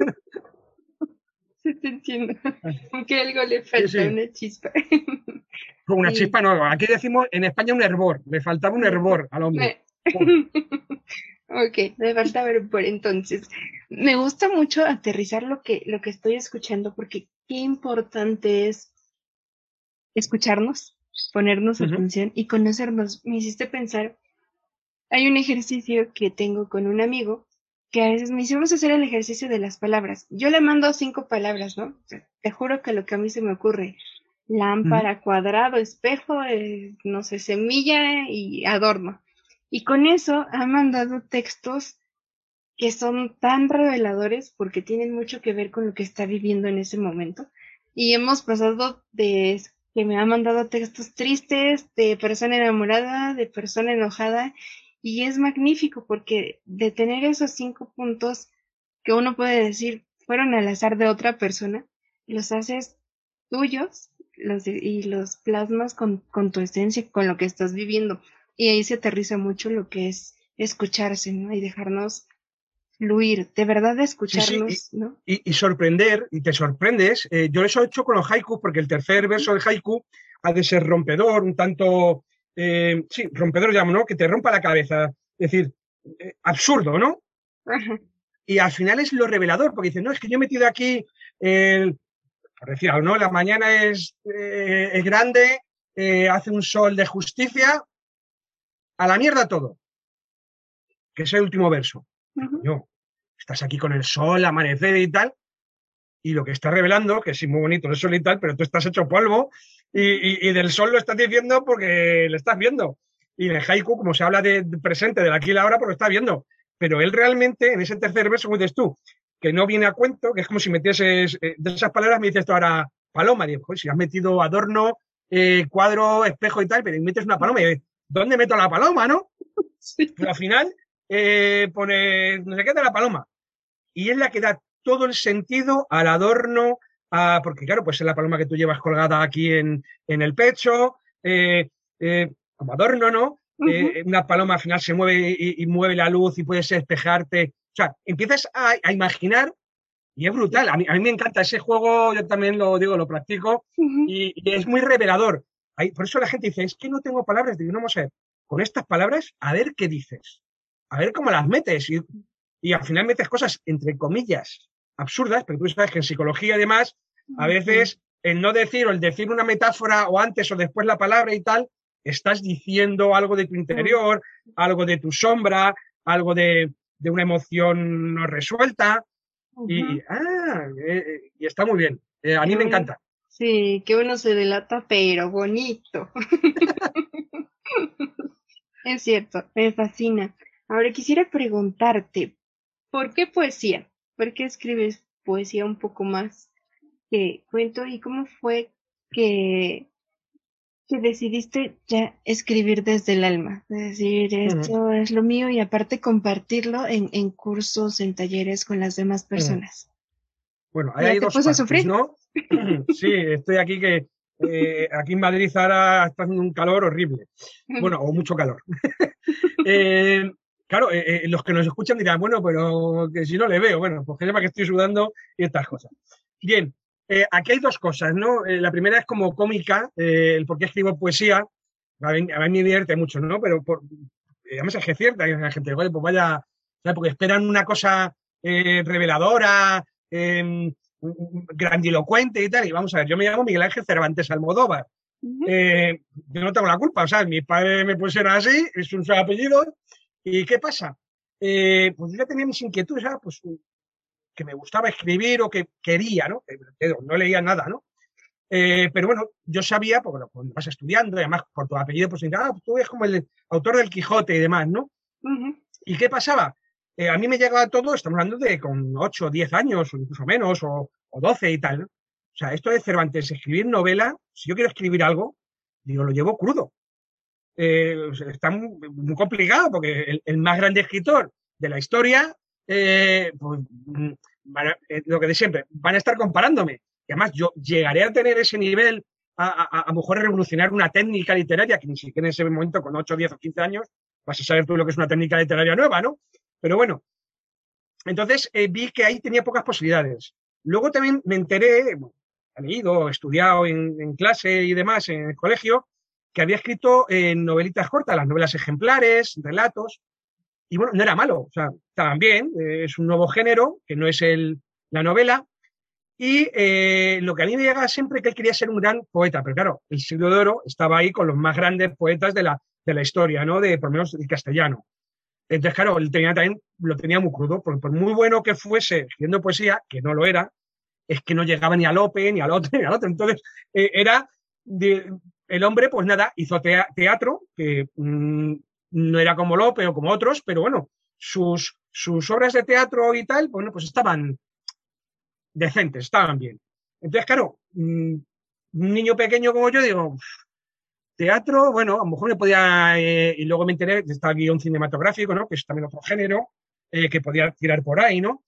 [SPEAKER 1] Sí, te entiendo. Aunque algo le falta, sí, sí. Una chispa.
[SPEAKER 2] Una sí. chispa no, aquí decimos en España un hervor, le faltaba un hervor al hombre.
[SPEAKER 1] Ok, me falta ver por entonces. Me gusta mucho aterrizar lo que, lo que estoy escuchando, porque qué importante es escucharnos, ponernos uh-huh. atención y conocernos. Me hiciste pensar, hay un ejercicio que tengo con un amigo que a veces me dice, vamos a hacer el ejercicio de las palabras. Yo le mando cinco palabras, ¿no? Te juro que lo que a mí se me ocurre, lámpara, uh-huh. cuadrado, espejo, eh, no sé, semilla y adorno. Y con eso ha mandado textos que son tan reveladores porque tienen mucho que ver con lo que está viviendo en ese momento. Y hemos pasado de que me ha mandado textos tristes, de persona enamorada, de persona enojada, y es magnífico porque de tener esos cinco puntos que uno puede decir fueron al azar de otra persona, los haces tuyos los de, y los plasmas con, con tu esencia, con lo que estás viviendo. Y ahí se aterriza mucho lo que es escucharse, ¿no? Y dejarnos fluir, de verdad de
[SPEAKER 2] Sí, sí, y,
[SPEAKER 1] escucharlos, ¿no?
[SPEAKER 2] y- y sorprender, y te sorprendes. Eh, yo eso he hecho con los haikus, porque el tercer verso del haiku ha de ser rompedor, un tanto, eh, sí, rompedor llamo, ¿no? Que te rompa la cabeza. Es decir, eh, absurdo, ¿no?
[SPEAKER 1] Ajá.
[SPEAKER 2] Y al final es lo revelador, porque dices, no, es que yo he metido aquí, el, por decir algo, ¿no? La mañana es, eh, es grande, eh, hace un sol de justicia, a la mierda todo, que es el último verso. Pero,
[SPEAKER 1] Ujú.
[SPEAKER 2] coño, estás aquí con el sol, amanecer y tal, y lo que está revelando, que sí, muy bonito el sol y tal, pero tú estás hecho polvo y, y- y del sol lo estás diciendo porque lo estás viendo. Y en el haiku, como se habla de, de presente, del aquí y la ahora, pues lo está viendo. Pero él realmente, en ese tercer verso, como dices tú, que no viene a cuento, que es como si metieses, eh, de esas palabras me dices tú ahora paloma, digo, "Joder, si has metido adorno, eh, cuadro, espejo y tal, pero metes una paloma, y dices, ¿dónde meto la paloma, no?
[SPEAKER 1] Sí.
[SPEAKER 2] Pero al final eh, pone, no sé qué de la paloma, y es la que da todo el sentido al adorno, a, porque claro, pues es la paloma que tú llevas colgada aquí en, en el pecho, eh, eh, como adorno, ¿no?
[SPEAKER 1] Ujú.
[SPEAKER 2] Eh, una paloma al final se mueve y, y mueve la luz y puedes despejarte. O sea, empiezas a, a imaginar y es
[SPEAKER 1] Sí.
[SPEAKER 2] brutal. A mí, a mí me encanta ese juego, yo también lo digo, lo practico
[SPEAKER 1] Ujú.
[SPEAKER 2] y, y es muy revelador. Hay, por eso la gente dice, es que no tengo palabras. Digo, no, vamos a ver, con estas palabras, a ver qué dices, a ver cómo las metes. Y, y al final metes cosas, entre comillas, absurdas, pero tú sabes que en psicología y demás, a
[SPEAKER 1] Ujú.
[SPEAKER 2] veces el no decir o el decir una metáfora o antes o después la palabra y tal, estás diciendo algo de tu
[SPEAKER 1] Ujú.
[SPEAKER 2] interior, algo de tu sombra, algo de, de una emoción no resuelta. Y, y,
[SPEAKER 1] Ujú.
[SPEAKER 2] ah, eh, eh, y está muy bien. Eh, a
[SPEAKER 1] Que
[SPEAKER 2] mí me
[SPEAKER 1] uno,
[SPEAKER 2] encanta.
[SPEAKER 1] sí, que uno se delata, pero bonito. Es cierto, me fascina. Ahora quisiera preguntarte, ¿por qué poesía? ¿Por qué escribes poesía un poco más que cuento? ¿Y cómo fue que, que decidiste ya escribir desde el alma? Es decir,
[SPEAKER 2] Ujú,
[SPEAKER 1] esto es lo mío y aparte compartirlo en, en cursos, en talleres con las demás
[SPEAKER 2] ujú.
[SPEAKER 1] personas.
[SPEAKER 2] Bueno, ahí
[SPEAKER 1] ¿Ya
[SPEAKER 2] hay
[SPEAKER 1] te
[SPEAKER 2] dos
[SPEAKER 1] puse a
[SPEAKER 2] partes,
[SPEAKER 1] sufrir?
[SPEAKER 2] ¿no? Sí, estoy aquí que eh, aquí en Madrid ahora está haciendo un calor horrible. Bueno, o mucho calor. Eh, claro, eh, eh, los que nos escuchan dirán, bueno, pero que si no le veo, bueno, pues que sepa que estoy sudando y estas cosas. Bien, eh, aquí hay dos cosas, ¿no? Eh, la primera es como cómica, eh, el por qué escribo poesía. A mí, a mí me divierte mucho, ¿no? Pero por, eh, además es que es cierta, hay una gente, oye, pues vaya, ¿sabes? Porque esperan una cosa eh, reveladora, eh, grandilocuente y tal. Y vamos a ver, yo me llamo Miguel Ángel Cervantes Almodóvar.
[SPEAKER 1] Ujú.
[SPEAKER 2] Eh, yo no tengo la culpa, o sea, mi padre me pusieron así, es un solo apellido, ¿y qué pasa? Eh, pues yo ya tenía mis inquietudes, ¿sabes? Pues que me gustaba escribir o que quería, ¿no? Que no leía nada, ¿no? Eh, pero bueno, yo sabía, porque bueno, cuando vas estudiando, y además por tu apellido, pues ah, tú eres como el autor del Quijote y demás, ¿no?
[SPEAKER 1] Ujú.
[SPEAKER 2] ¿Y qué pasaba? Eh, a mí me llegaba todo, estamos hablando de con ocho o diez años, o incluso menos, o, o doce y tal, ¿no? O sea, esto de Cervantes, escribir novela, si yo quiero escribir algo, digo, lo llevo crudo. Eh, está muy, muy, complicado porque el, el, más grande escritor de la historia, eh, pues, van a, eh, lo que de siempre, van a estar comparándome. Y además yo llegaré a tener ese nivel, a, a, a lo mejor revolucionar una técnica literaria que ni siquiera en ese momento, con ocho, diez o quince años, vas a saber tú lo que es una técnica literaria nueva, ¿no? Pero bueno, entonces eh, vi que ahí tenía pocas posibilidades. Luego también me enteré, bueno, he leído, he estudiado en, en, clase y demás en el colegio, que había escrito eh, novelitas cortas, las novelas ejemplares, relatos, y bueno, no era malo, o sea, estaban bien, eh, es un nuevo género, que no es el, la novela, y eh, lo que a mí me llegaba siempre que él quería ser un gran poeta, pero claro, el siglo de oro estaba ahí con los más grandes poetas de la, de la historia, ¿no? De, por lo menos, el castellano. Entonces, claro, él tenía también, lo tenía muy crudo, porque por muy bueno que fuese escribiendo poesía, que no lo era, es que no llegaba ni a Lope, ni al otro, ni al otro. Entonces, eh, era de, el hombre, pues nada, hizo tea, teatro, que mmm, no era como Lope o como otros, pero bueno, sus, sus obras de teatro y tal, bueno, pues estaban decentes, estaban bien. Entonces, claro, mmm, un niño pequeño como yo, digo, teatro, bueno, a lo mejor me podía, eh, y luego me enteré de este guión cinematográfico, ¿no? Que es también otro género, eh, que podía tirar por ahí, ¿no?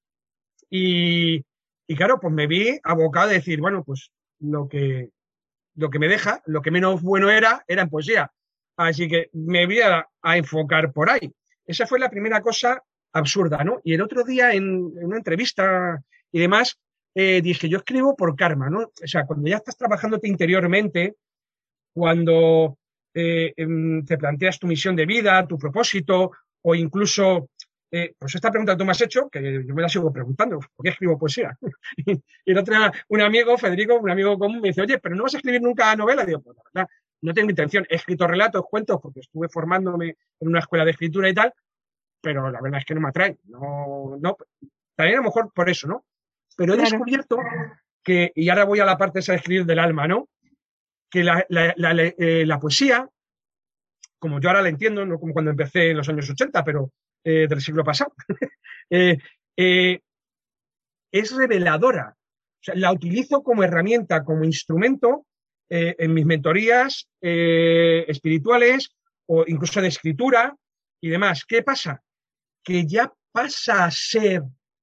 [SPEAKER 2] Y, y, claro, pues me vi abocado a decir, bueno, pues lo que, lo que me deja, lo que menos bueno era, era en poesía. Así que me voy a, a enfocar por ahí. Esa fue la primera cosa absurda, ¿no? Y el otro día en, en una entrevista y demás, eh, dije, yo escribo por karma, ¿no? O sea, cuando ya estás trabajándote interiormente, cuando eh, em, te planteas tu misión de vida, tu propósito, o incluso, eh, pues esta pregunta que tú me has hecho, que yo me la sigo preguntando, ¿por qué escribo poesía? Y el otro, un amigo, Federico, un amigo común, me dice, oye, pero no vas a escribir nunca novela. Digo, pues la verdad, no tengo intención. He escrito relatos, cuentos, porque estuve formándome en una escuela de escritura y tal, pero la verdad es que no me atrae. No, no, también a lo mejor por eso, ¿no? Pero he
[SPEAKER 1] Claro.
[SPEAKER 2] descubierto que, y ahora voy a la parte esa de escribir del alma, ¿no? Que la, la, la, eh, la poesía, como yo ahora la entiendo, no como cuando empecé en los años ochenta, pero eh, del siglo pasado, eh, eh, es reveladora. O sea, la utilizo como herramienta, como instrumento eh, en mis mentorías eh, espirituales o incluso de escritura y demás. ¿Qué pasa? Que ya pasa a ser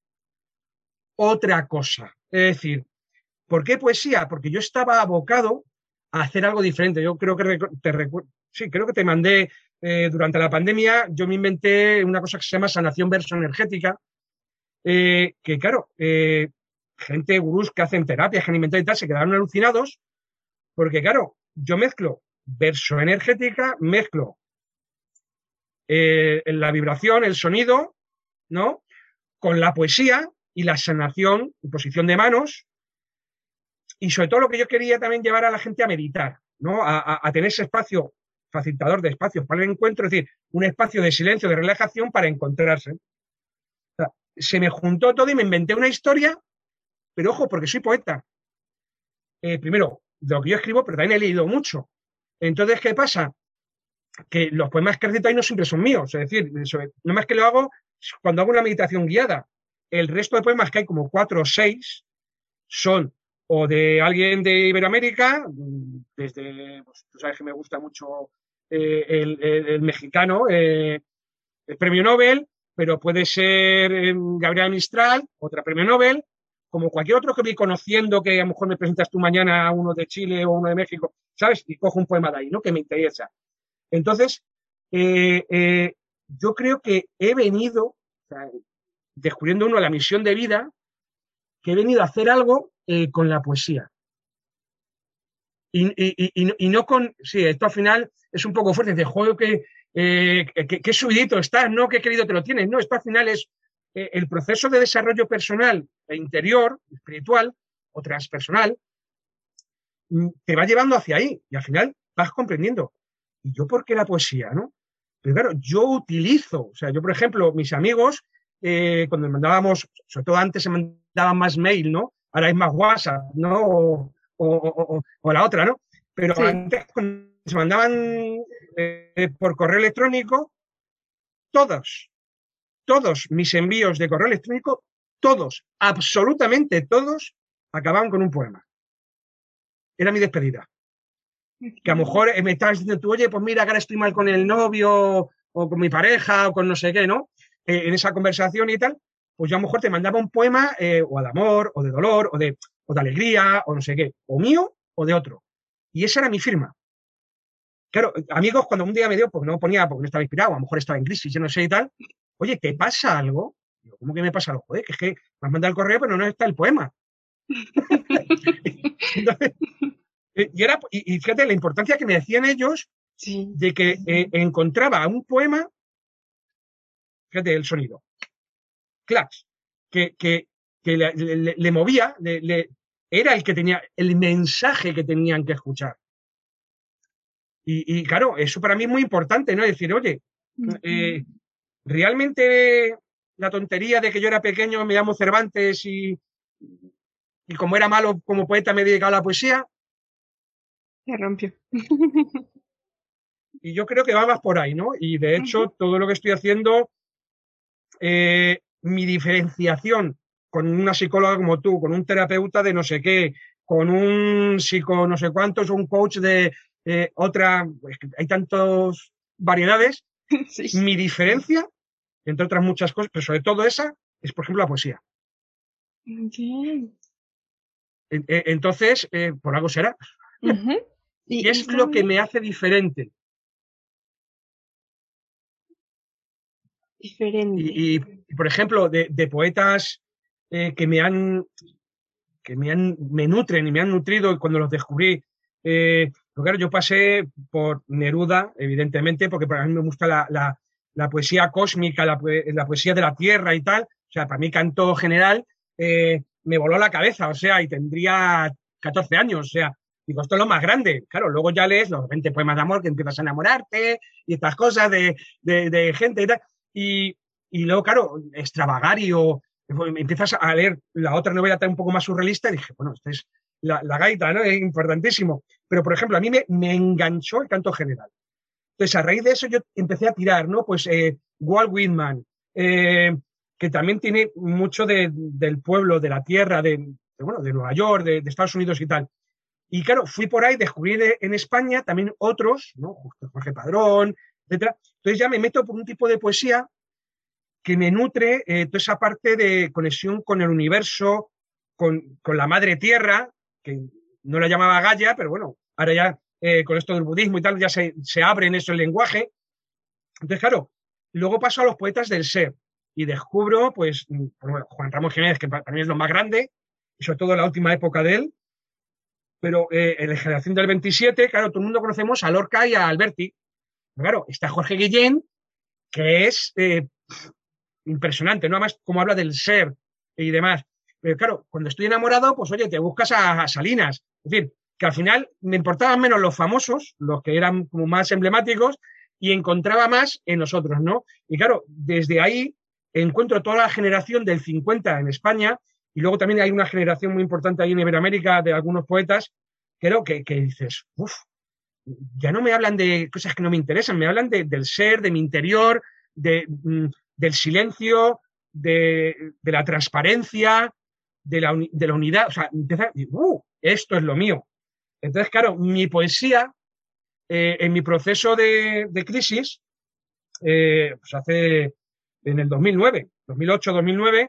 [SPEAKER 2] otra cosa. Es decir, ¿por qué poesía? Porque yo estaba abocado a hacer algo diferente. Yo creo que te recuerdo, sí, creo que te mandé eh, durante la pandemia, yo me inventé una cosa que se llama sanación verso energética, eh, que claro, eh, gente gurús que hacen terapias, que han inventado y tal, se quedaron alucinados, porque claro, yo mezclo verso energética, mezclo eh, la vibración, el sonido, ¿no? Con la poesía y la sanación, posición de manos, y sobre todo lo que yo quería también llevar a la gente a meditar, ¿no? A, a, a tener ese espacio facilitador de espacios para el encuentro, es decir, un espacio de silencio, de relajación para encontrarse. O sea, se me juntó todo y me inventé una historia, pero ojo, porque soy poeta. Eh, primero, de lo que yo escribo, pero también he leído mucho. Entonces, ¿qué pasa? Que los poemas que recito ahí no siempre son míos, es decir, no más que lo hago cuando hago una meditación guiada. El resto de poemas, que hay como cuatro o seis, son o de alguien de Iberoamérica, desde, pues, tú sabes que me gusta mucho eh, el, el, el, mexicano, eh, el premio Nobel, pero puede ser eh, Gabriela Mistral, otra premio Nobel, como cualquier otro que voy conociendo, que a lo mejor me presentas tú mañana uno de Chile o uno de México, ¿sabes? Y cojo un poema de ahí, ¿no? Que me interesa. Entonces, eh, eh, yo creo que he venido, o sea, descubriendo uno la misión de vida, que he venido a hacer algo eh, con la poesía. Y, y, y, y, no con. Sí, esto al final es un poco fuerte. De juego que, eh, que, que subidito estás, no que querido te lo tienes. No, esto al final es eh, el proceso de desarrollo personal e interior, espiritual o transpersonal, te va llevando hacia ahí y al final vas comprendiendo. ¿Y yo por qué la poesía, no? Pero claro, yo utilizo, o sea, yo por ejemplo, mis amigos, eh, cuando mandábamos, sobre todo antes se mandaban más mail, ¿no? Ahora es más WhatsApp, ¿no? O, o, o, o la otra, ¿no? Pero sí. Antes cuando se mandaban eh, por correo electrónico, todos, todos mis envíos de correo electrónico, todos, absolutamente todos, acababan con un poema. Era mi despedida. Que a lo mejor me estabas diciendo tú, oye, pues mira, que ahora estoy mal con el novio o con mi pareja o con no sé qué, ¿no? Eh, en esa conversación y tal, pues yo a lo mejor te mandaba un poema eh, o de amor o de dolor o de, o de alegría o no sé qué, o mío o de otro. Y esa era mi firma. Claro, amigos, cuando un día me dio, pues no ponía porque no estaba inspirado, a lo mejor estaba en crisis, yo no sé y tal, oye, ¿te pasa algo? Digo, ¿cómo que me pasa algo? Joder, que es que me has mandado el correo, pero no está el poema. Entonces, Y, era, y, y fíjate la importancia que me decían ellos sí. de que eh, encontraba un poema, fíjate el sonido, clax, que, que, que le, le, le, movía, le, le, era el que tenía, el mensaje que tenían que escuchar. Y, y claro, eso para mí es muy importante, ¿no? Decir, oye, uh-huh. eh, realmente la tontería de que yo era pequeño, me llamo Cervantes y, y como era malo como poeta me he dedicado a la poesía.
[SPEAKER 1] Se rompió.
[SPEAKER 2] Y yo creo que va más por ahí, ¿no? Y de hecho, uh-huh. todo lo que estoy haciendo, eh, mi diferenciación con una psicóloga como tú, con un terapeuta de no sé qué, con un psico no sé cuántos, un coach de eh, otra, pues, hay tantas variedades. Sí. Mi diferencia, entre otras muchas cosas, pero sobre todo esa, es por ejemplo la poesía.
[SPEAKER 1] Okay.
[SPEAKER 2] Entonces, eh, por algo será.
[SPEAKER 1] Uh-huh.
[SPEAKER 2] Y, y es lo que me hace diferente.
[SPEAKER 1] Diferente.
[SPEAKER 2] Y, y por ejemplo, de, de poetas eh, que me han, que me han, me nutren y me han nutrido cuando los descubrí. Eh, pero claro, yo pasé por Neruda, evidentemente, porque para mí me gusta la, la, la poesía cósmica, la, la, poesía de la tierra y tal. O sea, para mí Canto General eh, me voló la cabeza, o sea, y tendría catorce años, o sea, digo, esto es lo más grande. Claro, luego ya lees los veinte poemas de amor que empiezas a enamorarte y estas cosas de, de, de gente y tal. Y, y luego, claro, Extravagario, empiezas a leer la otra novela un poco más surrealista y dije, bueno, esta es la, la gaita, ¿no? Es importantísimo. Pero, por ejemplo, a mí me, me enganchó el Canto General. Entonces, a raíz de eso yo empecé a tirar, ¿no? Pues eh, Walt Whitman, eh, que también tiene mucho de, del pueblo, de la tierra, de, de, bueno, de Nueva York, de, de Estados Unidos y tal. Y claro, fui por ahí, descubrí de, en España también otros, ¿no? Jorge Padrón, etcétera. Entonces ya me meto por un tipo de poesía que me nutre eh, toda esa parte de conexión con el universo, con, con la madre tierra, que no la llamaba Gaia, pero bueno, ahora ya eh, con esto del budismo y tal, ya se, se abre en eso el lenguaje. Entonces, claro, luego paso a los poetas del ser y descubro, pues, bueno, Juan Ramón Jiménez, que para mí es lo más grande, y sobre todo la última época de él, pero eh, en la generación del veintisiete, claro, todo el mundo conocemos a Lorca y a Alberti. Pero claro, está Jorge Guillén, que es eh, impresionante, ¿no? Además, como habla del ser y demás. Pero claro, cuando estoy enamorado, pues oye, te buscas a, a Salinas. Es decir, que al final me importaban menos los famosos, los que eran como más emblemáticos, y encontraba más en los otros, ¿no? Y claro, desde ahí encuentro toda la generación del cincuenta en España, y luego también hay una generación muy importante ahí en Iberoamérica de algunos poetas, creo que, que dices, uff, ya no me hablan de cosas que no me interesan, me hablan de, del ser, de mi interior, de, del silencio, de, de la transparencia, de la, de la, unidad. O sea, empieza, uh, esto es lo mío. Entonces, claro, mi poesía, eh, en mi proceso de, de crisis, eh, pues hace en el dos mil nueve, dos mil ocho, dos mil nueve,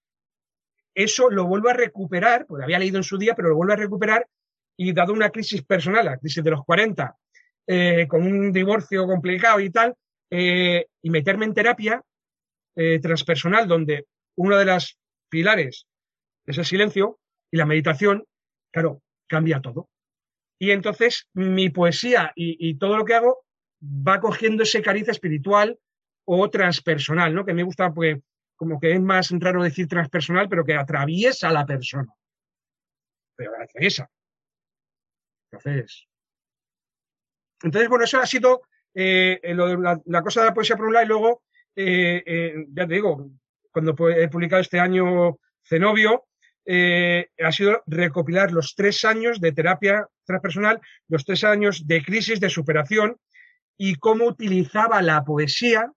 [SPEAKER 2] eso lo vuelvo a recuperar, porque había leído en su día, pero lo vuelvo a recuperar y dado una crisis personal, la crisis de los cuarenta, eh, con un divorcio complicado y tal, eh, y meterme en terapia eh, transpersonal, donde uno de los pilares es el silencio y la meditación, claro, cambia todo. Y entonces mi poesía y, y todo lo que hago va cogiendo ese cariz espiritual o transpersonal, ¿no? Que me gusta, pues, como que es más raro decir transpersonal, pero que atraviesa a la persona. Pero la atraviesa. Entonces, entonces bueno, eso ha sido eh, lo de la, la, cosa de la poesía por un lado, y luego, eh, eh, ya te digo, cuando he publicado este año Cenobio, eh, ha sido recopilar los tres años de terapia transpersonal, los tres años de crisis, de superación, y cómo utilizaba la poesía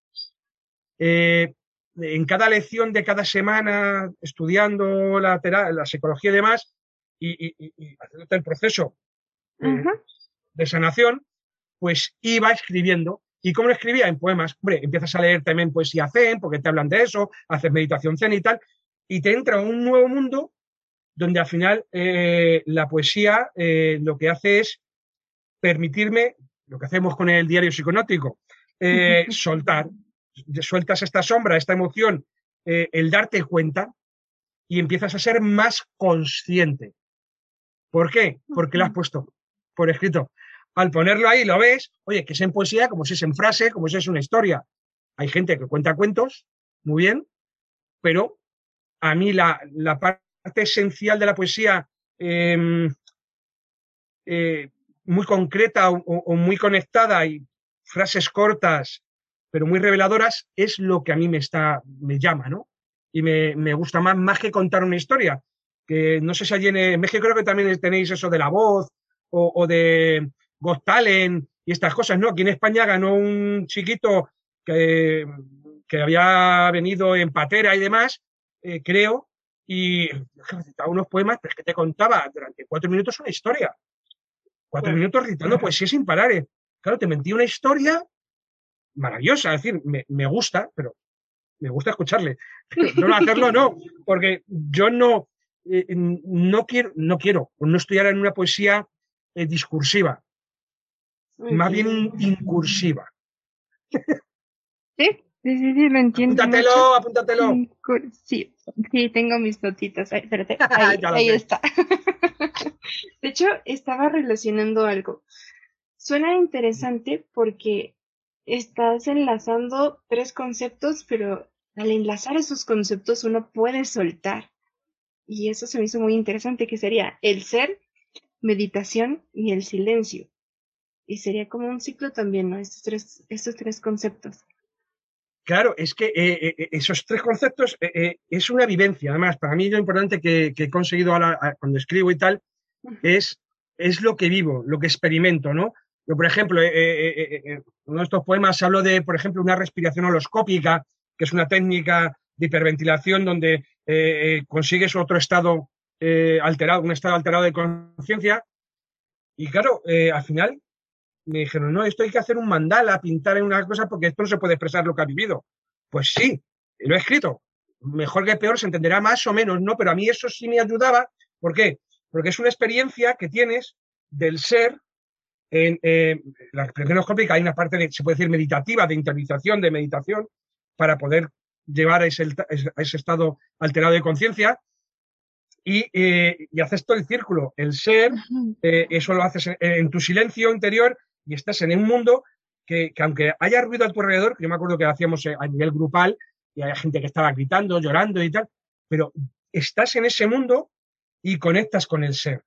[SPEAKER 2] eh, en cada lección de cada semana, estudiando la, la psicología y demás, y, y, y haciendo el proceso de, uh-huh. de sanación, pues iba escribiendo. ¿Y cómo lo escribía? En poemas. Hombre, empiezas a leer también poesía zen, porque te hablan de eso, haces meditación zen y tal, y te entra un nuevo mundo donde al final eh, la poesía eh, lo que hace es permitirme, lo que hacemos con el diario psiconótico, eh, soltar. Sueltas esta sombra, esta emoción, eh, el darte cuenta, y empiezas a ser más consciente. ¿Por qué? Porque lo has puesto por escrito. Al ponerlo ahí lo ves, oye, que es en poesía, como si es en frase, como si es una historia. Hay gente que cuenta cuentos, muy bien, pero a mí la, la parte esencial de la poesía, eh, eh, muy concreta o, o muy conectada, y frases cortas, pero muy reveladoras, es lo que a mí me está, me llama, ¿no? Y me, me gusta más, más que contar una historia. Que no sé si allí en, en México creo que también tenéis eso de La Voz o, o de Got Talent y estas cosas, ¿no? Aquí en España ganó un chiquito que, que había venido en patera y demás, eh, creo, y recitaba unos poemas, pero es que te contaba durante cuatro minutos una historia. Cuatro sí. minutos recitando poesía sin parar. Eh. Claro, te mentí una historia maravillosa, es decir, me, me gusta, pero me gusta escucharle. No hacerlo, no, porque yo no, eh, no quiero, no quiero, no estudiar en una poesía eh, discursiva, más bien incursiva.
[SPEAKER 1] Sí, Sí, sí, sí, lo entiendo
[SPEAKER 2] Apúntatelo,
[SPEAKER 1] mucho.
[SPEAKER 2] apúntatelo.
[SPEAKER 1] Mm, cu- Sí, sí, tengo mis notitas. Ay, espérate, ahí,
[SPEAKER 2] Ya lo
[SPEAKER 1] ahí
[SPEAKER 2] sé.
[SPEAKER 1] está. De hecho, estaba relacionando algo. Suena interesante porque estás enlazando tres conceptos, pero al enlazar esos conceptos uno puede soltar. Y eso se me hizo muy interesante, que sería el ser, meditación y el silencio. Y sería como un ciclo también, ¿no? Estos tres, estos tres conceptos.
[SPEAKER 2] Claro, es que eh, eh, esos tres conceptos eh, eh, es una vivencia. Además, para mí lo importante que, que he conseguido ahora a- cuando escribo y tal
[SPEAKER 1] Ujú,
[SPEAKER 2] es, es lo que vivo, lo que experimento, ¿no? Yo, por ejemplo, eh, eh, eh, eh, en uno de estos poemas hablo de, por ejemplo, una respiración holoscópica, que es una técnica de hiperventilación donde eh, eh, consigues otro estado eh, alterado, un estado alterado de conciencia. Y claro, eh, al final me dijeron, no, esto hay que hacer un mandala, pintar en una cosa, porque esto no se puede expresar lo que ha vivido. Pues sí, lo he escrito. Mejor que peor, se entenderá más o menos, ¿no? Pero a mí eso sí me ayudaba. ¿Por qué? Porque es una experiencia que tienes del ser en eh, la experiencia holoscópica. Hay una parte, de, se puede decir, meditativa, de interiorización, de meditación, para poder llevar a ese, a ese estado alterado de conciencia y, eh, y haces todo el círculo. El ser,
[SPEAKER 1] ujú.
[SPEAKER 2] eh, eso lo haces en, en, tu silencio interior y estás en un mundo que, que, aunque haya ruido a tu alrededor, que yo me acuerdo que lo hacíamos a nivel grupal y hay gente que estaba gritando, llorando y tal, pero estás en ese mundo y conectas con el ser.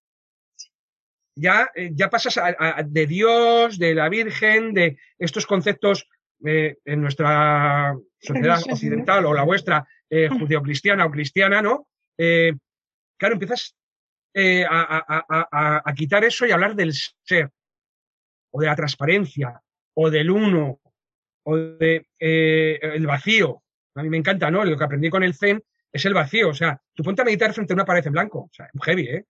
[SPEAKER 2] Ya, eh, ya pasas a, a, de Dios, de la Virgen, de estos conceptos eh, en nuestra sociedad
[SPEAKER 1] Religiosos, ¿no?
[SPEAKER 2] occidental o la vuestra eh,
[SPEAKER 1] Ujú.
[SPEAKER 2] judeocristiana o cristiana, ¿no? Eh, claro, empiezas eh, a, a, a, a, quitar eso y hablar del ser, o de la transparencia, o del uno, o de eh, el vacío. A mí me encanta, ¿no? Lo que aprendí con el Zen es el vacío. O sea, tú ponte a meditar frente a una pared en blanco. O sea, es heavy, ¿eh?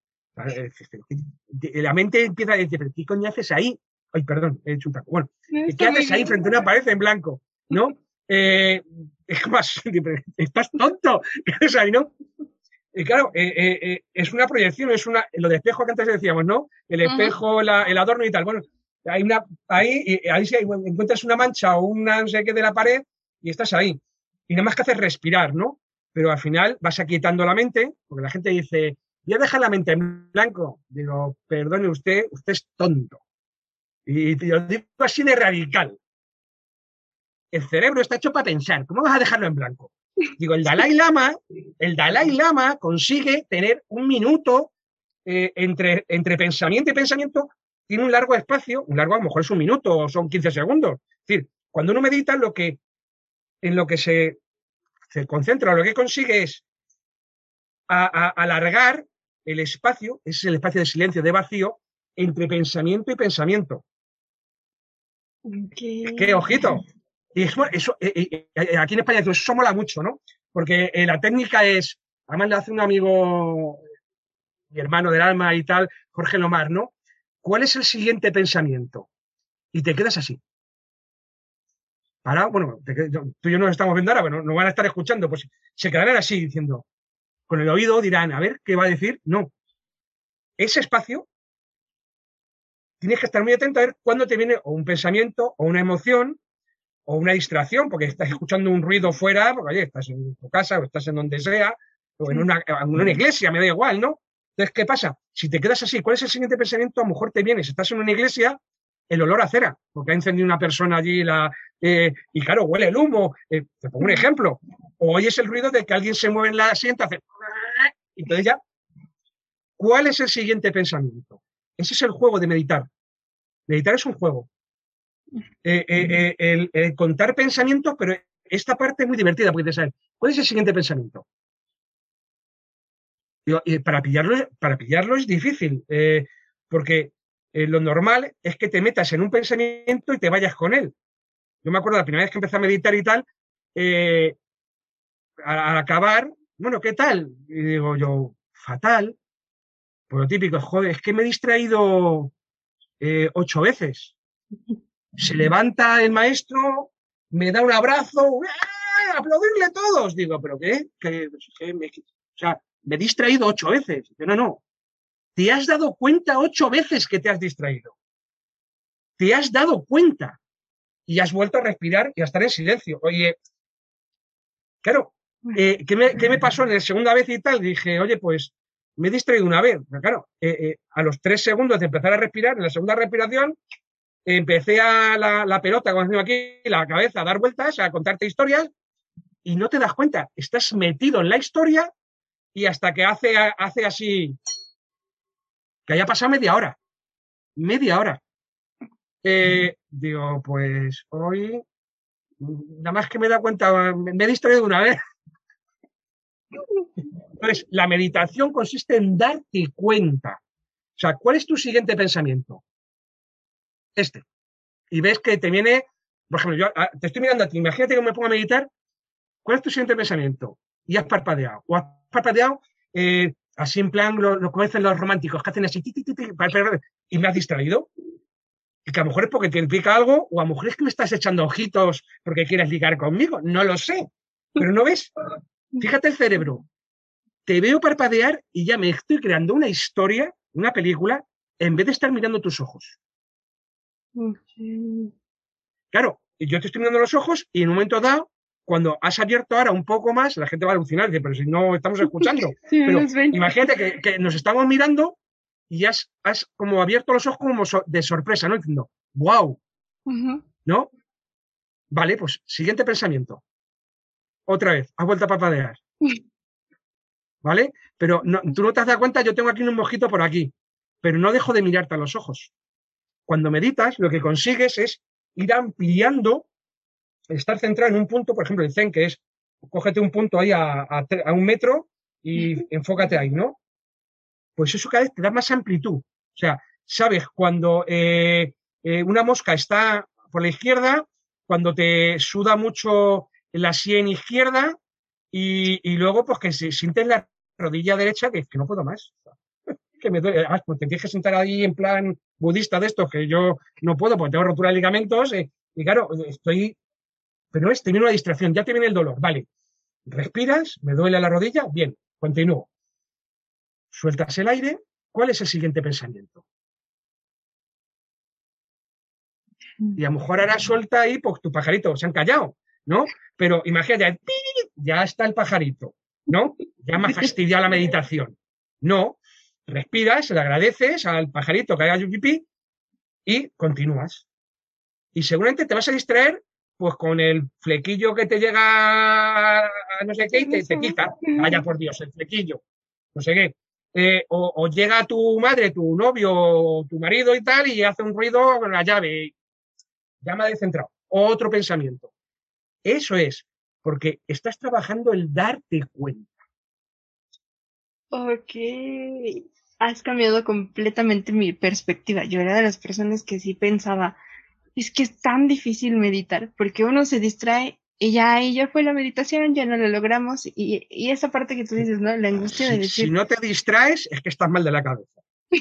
[SPEAKER 2] La mente empieza a decir, ¿pero qué coño haces ahí? Ay, perdón, he hecho un taco. Bueno,
[SPEAKER 1] No,
[SPEAKER 2] ¿qué
[SPEAKER 1] está muy
[SPEAKER 2] haces ahí
[SPEAKER 1] bien.
[SPEAKER 2] frente a una pared en blanco? ¿No? Eh, es más, estás tonto. O sea, ¿no? Y claro, eh, eh, eh, es una proyección, es una, lo de espejo que antes decíamos, ¿no? El
[SPEAKER 1] Ujú.
[SPEAKER 2] espejo, la, el adorno y tal. Bueno, hay una, ahí, y ahí sí encuentras una mancha o una no sé qué de la pared y estás ahí. Y nada más que haces respirar, ¿no? Pero al final vas aquietando la mente, porque la gente dice, voy a dejar la mente en blanco. Digo, perdone usted, usted es tonto. Y te lo digo así de radical. El cerebro está hecho para pensar. ¿Cómo vas a dejarlo en blanco? Digo, el Dalai Lama, el Dalai Lama consigue tener un minuto eh, entre, entre pensamiento y pensamiento, tiene un largo espacio, un largo a lo mejor es un minuto o son quince segundos. Es decir, cuando uno medita, lo que, en lo que se, se concentra, lo que consigue es a, a, alargar el espacio, ese es el espacio de silencio, de vacío, entre pensamiento y pensamiento.
[SPEAKER 1] Ok.
[SPEAKER 2] Es que, ojito, y eso, eso eh, eh, aquí en España eso mola mucho, ¿no? Porque eh, la técnica es, además le hace un amigo, mi hermano del alma y tal, Jorge Lomar, ¿no? ¿Cuál es el siguiente pensamiento? Y te quedas así. Para, bueno, te, tú y yo nos estamos viendo ahora, pero no, no van a estar escuchando, pues se quedarán así diciendo, con el oído dirán, a ver, ¿qué va a decir? No. Ese espacio tienes que estar muy atento a ver cuándo te viene o un pensamiento o una emoción o una distracción, porque estás escuchando un ruido fuera, porque oye, estás en tu casa o estás en donde sea, o en
[SPEAKER 1] Sí.
[SPEAKER 2] una, en una iglesia, me da igual, ¿no? Entonces, ¿qué pasa? Si te quedas así, ¿cuál es el siguiente pensamiento? A lo mejor te viene, si estás en una iglesia, el olor a cera, porque ha encendido una persona allí la, eh, y claro, huele el humo. Eh, te pongo un
[SPEAKER 1] Mm.
[SPEAKER 2] ejemplo. O oyes el ruido de que alguien se mueve en la asiento, hace... Entonces ya, ¿cuál es el siguiente pensamiento? Ese es el juego de meditar. Meditar es un juego. Eh, eh, eh, el, el contar pensamientos, pero esta parte es muy divertida porque te sabes, ¿cuál es el siguiente pensamiento? Digo, y para, pillarlo, para pillarlo es difícil, eh, porque eh, lo normal es que te metas en un pensamiento y te vayas con él. Yo me acuerdo la primera vez que empecé a meditar y tal, eh, al, al acabar, bueno, ¿qué tal? Y digo yo, fatal, por lo típico, joder, es que me he distraído eh, ocho veces. Se levanta el maestro, me da un abrazo, ¡ah! ¡Aplaudirle todos! Digo, ¿pero qué? ¿Qué, qué me, o sea, me he distraído ocho veces. Digo, no, no. ¿Te has dado cuenta ocho veces que te has distraído? ¿Te has dado cuenta? y has vuelto a respirar y a estar en silencio. Oye, claro, eh, ¿qué, me, ¿qué me pasó en la segunda vez y tal? Dije, oye, pues me he distraído una vez. Pero claro, eh, eh, a los tres segundos de empezar a respirar, en la segunda respiración, empecé a la, la pelota, como decimos aquí, la cabeza, a dar vueltas, a contarte historias, y no te das cuenta, estás metido en la historia y hasta que hace, hace así, que haya pasado media hora, media hora. Eh, digo, pues hoy, nada más que me da cuenta, me he distraído una vez. Entonces, la meditación consiste en darte cuenta. O sea, ¿cuál es tu siguiente pensamiento? Este. Y ves que te viene, por ejemplo, yo te estoy mirando a ti, imagínate que me pongo a meditar, ¿cuál es tu siguiente pensamiento? Y has parpadeado. O has parpadeado eh, así en plan, lo, lo conocen los románticos, que hacen así, ti, ti, ti, ti, y me has distraído. Y que a lo mejor es porque te implica algo, o a lo mejor es que me estás echando ojitos porque quieres ligar conmigo. No lo sé. Pero no ves. Fíjate el cerebro. Te veo parpadear y ya me estoy creando una historia, una película, en vez de estar mirando tus ojos.
[SPEAKER 1] Okay.
[SPEAKER 2] Claro, yo te estoy mirando los ojos y en un momento dado, cuando has abierto ahora un poco más, la gente va a alucinar, dice, pero si no estamos escuchando.
[SPEAKER 1] Sí,
[SPEAKER 2] Pero
[SPEAKER 1] nos ven.
[SPEAKER 2] imagínate que, que, nos estamos mirando y has, has como abierto los ojos como so, de sorpresa, ¿no? Diciendo, wow,
[SPEAKER 1] Uh-huh.
[SPEAKER 2] ¿no? Vale, pues siguiente pensamiento. Otra vez, has vuelto a parpadear. ¿Vale? Pero no, tú no te has dado cuenta, yo tengo aquí un mojito por aquí, pero no dejo de mirarte a los ojos. Cuando meditas, lo que consigues es ir ampliando, estar centrado en un punto, por ejemplo, el Zen, que es, cógete un punto ahí a, a, a un metro y enfócate ahí, ¿no? Pues eso cada vez te da más amplitud. O sea, sabes cuando eh, eh, una mosca está por la izquierda, cuando te suda mucho la sien izquierda y, y luego pues que si sientes la rodilla derecha que, que no puedo más. Que me duele. Ah, pues te tienes que sentar ahí en plan budista de estos que yo no puedo porque tengo rotura de ligamentos eh, y claro, estoy... Pero es, te viene una distracción, ya te viene el dolor. Vale, respiras, me duele la rodilla, bien, continúo. Sueltas el aire, ¿cuál es el siguiente pensamiento? Y a lo mejor ahora suelta ahí, pues tu pajarito, se han callado, ¿no? Pero imagínate, ya está el pajarito, ¿no? Ya me ha fastidiado la meditación. No, respiras, le agradeces al pajarito que haga pipí y continúas. Y seguramente te vas a distraer pues con el flequillo que te llega a no sé qué y te, te quita. Vaya por Dios, el flequillo. No sé qué. Eh, o, o llega tu madre, tu novio, o tu marido y tal, y hace un ruido con la llave. Ya me ha descentrado. Otro pensamiento. Eso es, porque estás trabajando el darte cuenta.
[SPEAKER 1] Ok. Has cambiado completamente mi perspectiva. Yo era de las personas que sí pensaba, es que es tan difícil meditar, porque uno se distrae y ya ahí ya fue la meditación, ya no lo logramos. Y, y esa parte que tú dices, ¿no? La angustia de
[SPEAKER 2] Si, si
[SPEAKER 1] decir,
[SPEAKER 2] no te distraes, es que estás mal de la cabeza.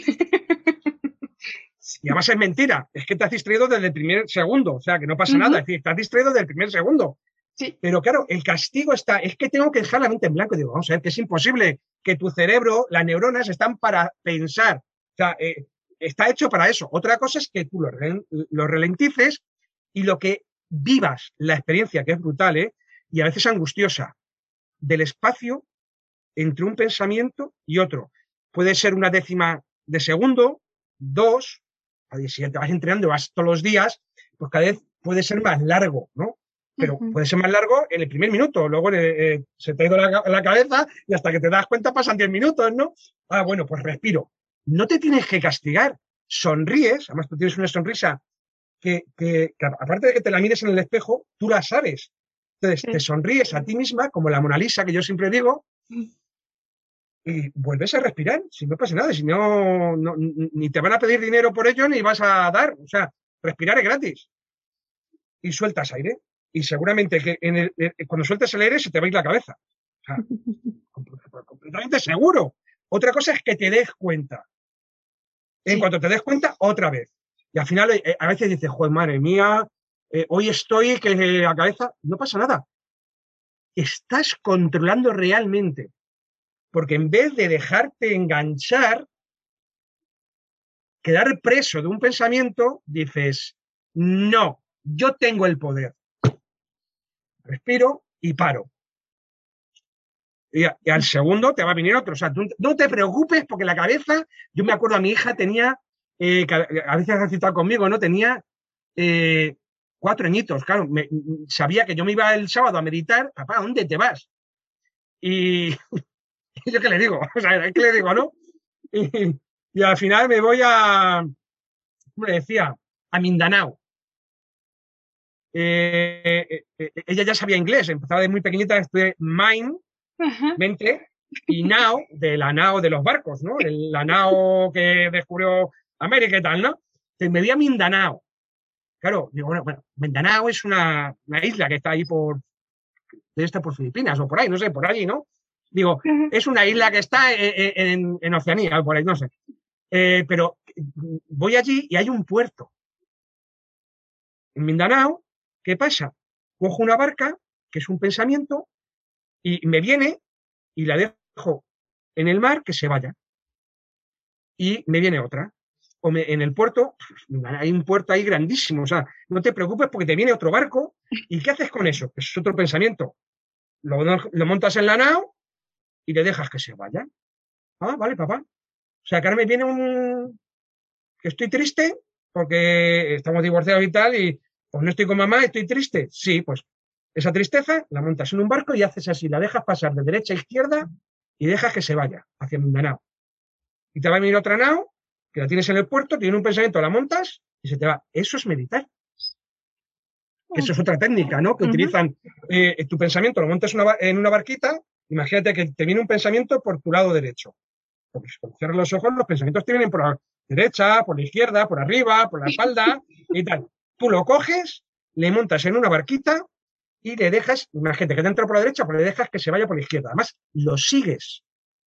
[SPEAKER 2] Y además es mentira, es que te has distraído desde el primer segundo, o sea, que no pasa
[SPEAKER 1] uh-huh,
[SPEAKER 2] nada, es decir, estás distraído desde el primer segundo.
[SPEAKER 1] sí,
[SPEAKER 2] Pero claro, el castigo está, es que tengo que dejar la mente en blanco. Digo, vamos a ver, que es imposible, que tu cerebro, las neuronas están para pensar. O sea, eh, está hecho para eso. Otra cosa es que tú lo, lo ralentices y lo que vivas la experiencia, que es brutal, ¿eh? Y a veces angustiosa, del espacio entre un pensamiento y otro. Puede ser una décima de segundo, dos, si te vas entrenando, vas todos los días, pues cada vez puede ser más largo, ¿no? Pero
[SPEAKER 1] uh-huh.
[SPEAKER 2] puede ser más largo en el primer minuto, luego eh, se te ha ido la, la, cabeza y hasta que te das cuenta pasan diez minutos, ¿no? Ah, bueno, pues respiro. No te tienes que castigar, sonríes, además tú tienes una sonrisa que, que, que aparte de que te la mires en el espejo, tú la sabes. Entonces, te sonríes a ti misma, como la Mona Lisa, que yo siempre digo, y vuelves a respirar, si no pasa nada, si no, no, ni te van a pedir dinero por ello, ni vas a dar, o sea, respirar es gratis. Y sueltas aire, y seguramente que en el, cuando sueltas el aire se te va a ir la cabeza. O sea, completamente seguro. Otra cosa es que te des cuenta. En sí. Cuanto te des cuenta, otra vez. Y al final, eh, a veces dices, joder, madre mía, eh, hoy estoy que la cabeza, no pasa nada. Estás controlando realmente. Porque en vez de dejarte enganchar, quedar preso de un pensamiento, dices, no, yo tengo el poder. Respiro y paro. Y, a, y al segundo te va a venir otro. O sea, tú no te preocupes porque la cabeza, yo me acuerdo, a mi hija tenía, eh, a veces ha citado conmigo, ¿no? Tenía eh, cuatro añitos, claro. Me, sabía que yo me iba el sábado a meditar. Papá, ¿dónde te vas? Y yo qué le digo, o sea, ¿qué le digo, no? Y, y al final me voy a, ¿cómo le decía? A Mindanao. Eh, eh, eh, ella ya sabía inglés, empezaba de muy pequeñita a estudiar mind,
[SPEAKER 1] Ajá.
[SPEAKER 2] mente, y now, de la nao de los barcos, ¿no? El, la nao que descubrió América y tal, ¿no? Entonces me vi a Mindanao. Claro, digo, bueno, bueno, Mindanao es una, una isla que está ahí por, de esta por Filipinas o por ahí, no sé, por allí, ¿no? Digo,
[SPEAKER 1] Ajá.
[SPEAKER 2] es una isla que está en, en, en Oceanía, o por ahí, no sé. Eh, pero voy allí y hay un puerto. En Mindanao, ¿qué pasa? Cojo una barca, que es un pensamiento, y me viene y la dejo en el mar que se vaya. Y me viene otra. O me, en el puerto, hay un puerto ahí grandísimo, o sea, no te preocupes porque te viene otro barco. ¿Y qué haces con eso? Eso es otro pensamiento. Lo, lo montas en la nao y le dejas que se vaya. Ah, vale, papá. O sea, que ahora me viene un... que estoy triste porque estamos divorciados y tal, y pues no estoy con mamá, estoy triste. Sí, pues esa tristeza la montas en un barco y haces así, la dejas pasar de derecha a izquierda y dejas que se vaya hacia Mindanao. Y te va a venir otra nao, que la tienes en el puerto, tiene un pensamiento, la montas y se te va. Eso es meditar. Eso es otra técnica, ¿no? Que
[SPEAKER 1] Ujú.
[SPEAKER 2] utilizan eh, tu pensamiento, lo montas una, en una barquita, imagínate que te viene un pensamiento por tu lado derecho. Porque si cuando cierras los ojos, los pensamientos te vienen por la derecha, por la izquierda, por arriba, por la espalda y tal. Tú lo coges, le montas en una barquita y le dejas, imagínate que te entra por la derecha, pues le dejas que se vaya por la izquierda. Además, lo sigues.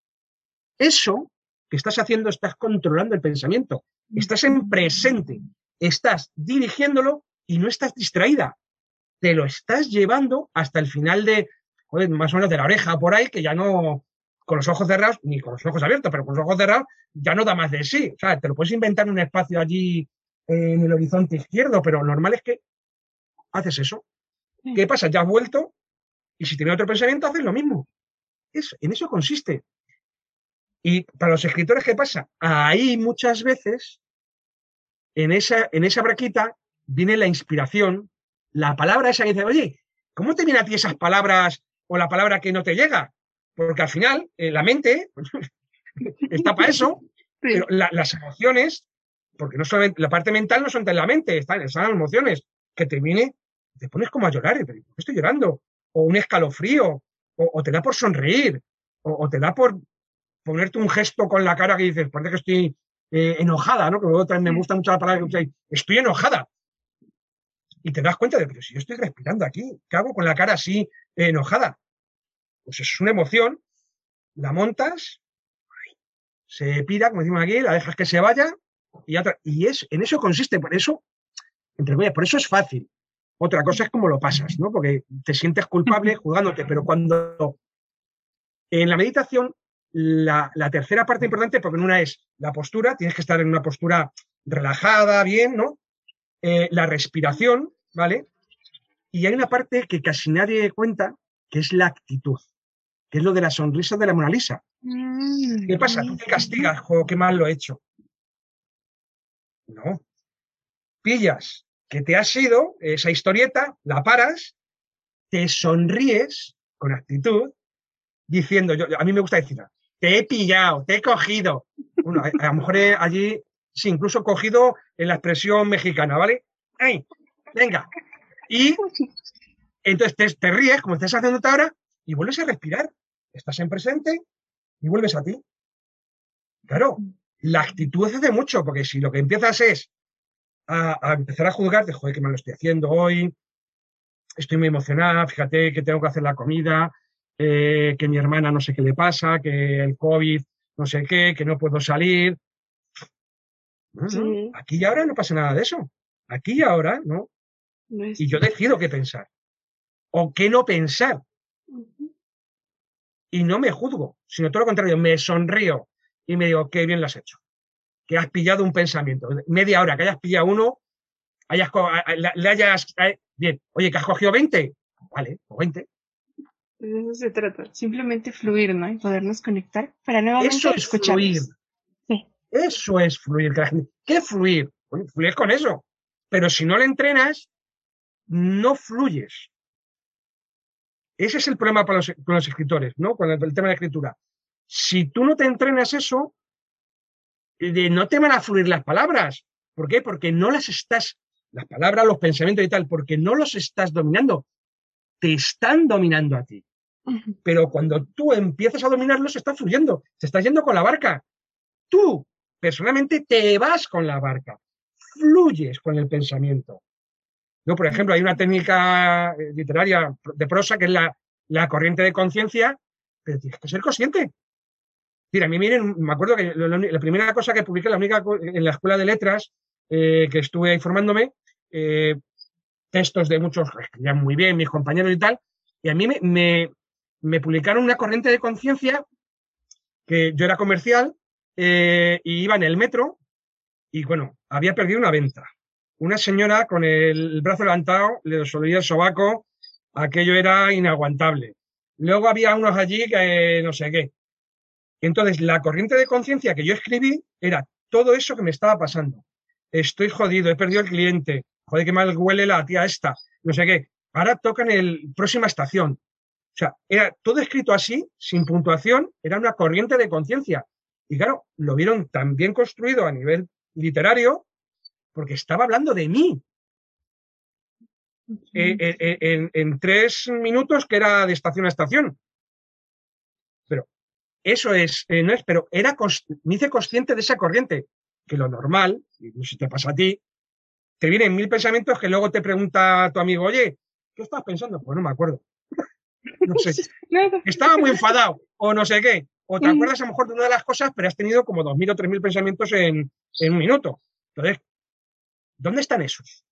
[SPEAKER 2] Eso que estás haciendo, estás controlando el pensamiento. Estás en presente, estás dirigiéndolo y no estás distraída. Te lo estás llevando hasta el final de, joder, más o menos de la oreja por ahí, que ya no, con los ojos cerrados, ni con los ojos abiertos, pero con los ojos cerrados ya no da más de sí. O sea, te lo puedes inventar en un espacio allí en el horizonte izquierdo, pero lo normal es que haces eso. ¿Qué pasa? Ya has vuelto y si tienes otro pensamiento, haces lo mismo. Eso, en eso consiste. Y para los escritores, ¿qué pasa? Ahí muchas veces, en esa, en esa braquita, viene la inspiración, la palabra esa que dice, oye, ¿cómo te vienen a ti esas palabras o la palabra que no te llega? Porque al final, eh, la mente está para eso,
[SPEAKER 1] Sí.
[SPEAKER 2] pero la, las emociones, porque no solamente, la parte mental no son en la mente, están, están las emociones, que te viene, te pones como a llorar, y te digo, ¿por qué estoy llorando? O un escalofrío, o, o te da por sonreír, o, o te da por ponerte un gesto con la cara que dices, parece que estoy eh, enojada, ¿no? Que luego también me gusta mucho la palabra que usáis, estoy enojada. Y te das cuenta de, pero si yo estoy respirando aquí, ¿qué hago con la cara así eh, enojada? Pues es una emoción, la montas, se pira, como decimos aquí, la dejas que se vaya y, otra, y es, en eso consiste, por eso, entre comillas, por eso es fácil. Otra cosa es cómo lo pasas, ¿no? Porque te sientes culpable jugándote, pero cuando en la meditación, la, la tercera parte importante, porque en una es la postura, tienes que estar en una postura relajada, bien, ¿no? Eh, la respiración, ¿vale? Y hay una parte que casi nadie cuenta, que es la actitud, que es lo de la sonrisa de la Mona Lisa.
[SPEAKER 1] Mm,
[SPEAKER 2] ¿Qué pasa? Tú te castigas, jo, qué mal lo he hecho. No. Pillas que te has ido, esa historieta, la paras, te sonríes con actitud, diciendo, yo, a mí me gusta decir, te he pillado, te he cogido. Bueno, a, a lo mejor he, allí, sí, incluso cogido en la expresión mexicana, ¿vale? ¡Ey! Venga. Y entonces te, te ríes, como estás haciéndote ahora, y vuelves a respirar. Estás en presente y vuelves a ti. Claro, la actitud hace mucho, porque si lo que empiezas es a, a empezar a juzgarte, joder, qué mal lo estoy haciendo hoy, estoy muy emocionada, fíjate que tengo que hacer la comida, eh, que mi hermana no sé qué le pasa, que el COVID no sé qué, que no puedo salir. No, no,
[SPEAKER 1] sí,
[SPEAKER 2] aquí y ahora no pasa nada de eso. Aquí y ahora, ¿no?
[SPEAKER 1] no es.
[SPEAKER 2] Y yo decido qué pensar o qué no pensar.
[SPEAKER 1] Ujú.
[SPEAKER 2] Y no me juzgo, sino todo lo contrario, me sonrío y me digo, qué bien lo has hecho. Que has pillado un pensamiento. Media hora que hayas pillado uno, hayas, le, le hayas... Bien, oye, ¿que has cogido veinte? Vale, o veinte.
[SPEAKER 1] De eso se trata, simplemente fluir, ¿no? Y podernos conectar para nuevamente
[SPEAKER 2] Eso es fluir.
[SPEAKER 1] escucharnos. Sí.
[SPEAKER 2] Eso es fluir. ¿Qué fluir? Bueno, fluyes con eso. Pero si no le entrenas, no fluyes. Ese es el problema para los, con los escritores, ¿no? Con el, el tema de la escritura. Si tú no te entrenas eso, de, no te van a fluir las palabras. ¿Por qué? Porque no las estás, las palabras, los pensamientos y tal, porque no los estás dominando. Te están dominando a ti. Uh-huh. Pero cuando tú empiezas a dominarlos, estás fluyendo, te estás yendo con la barca. Tú, personalmente, te vas con la barca, fluyes con el pensamiento. ¿No? Por ejemplo, hay una técnica literaria de prosa que es la, la corriente de conciencia, pero tienes que ser consciente. Mira, a mí, miren, me acuerdo que la, la primera cosa que publiqué la única, en la escuela de letras, eh, que estuve informándome, eh, textos de muchos que escribían muy bien, mis compañeros y tal, y a mí me, me, me publicaron una corriente de conciencia que yo era comercial eh, y iba en el metro y, bueno, había perdido una venta. Una señora con el brazo levantado, le solía el sobaco, aquello era inaguantable. Luego había unos allí que eh, no sé qué. Entonces, la corriente de conciencia que yo escribí era todo eso que me estaba pasando. Estoy jodido, he perdido el cliente, joder, qué mal huele la tía esta, no sé qué. Ahora tocan el próxima estación. O sea, era todo escrito así, sin puntuación, era una corriente de conciencia. Y claro, lo vieron tan bien construido a nivel literario porque estaba hablando de mí. Uh-huh. eh, eh, en, en tres minutos que era de estación a estación. Pero eso es, eh, no es, pero era, me hice consciente de esa corriente, que lo normal, y no sé si te pasa a ti, te vienen mil pensamientos que luego te pregunta tu amigo, oye, ¿qué estás pensando? Pues no me acuerdo. No sé. Estaba muy enfadado, o no sé qué. O te acuerdas a lo mejor de una de las cosas, pero has tenido como dos mil o tres mil pensamientos en, en un minuto. Entonces, ¿dónde están esos?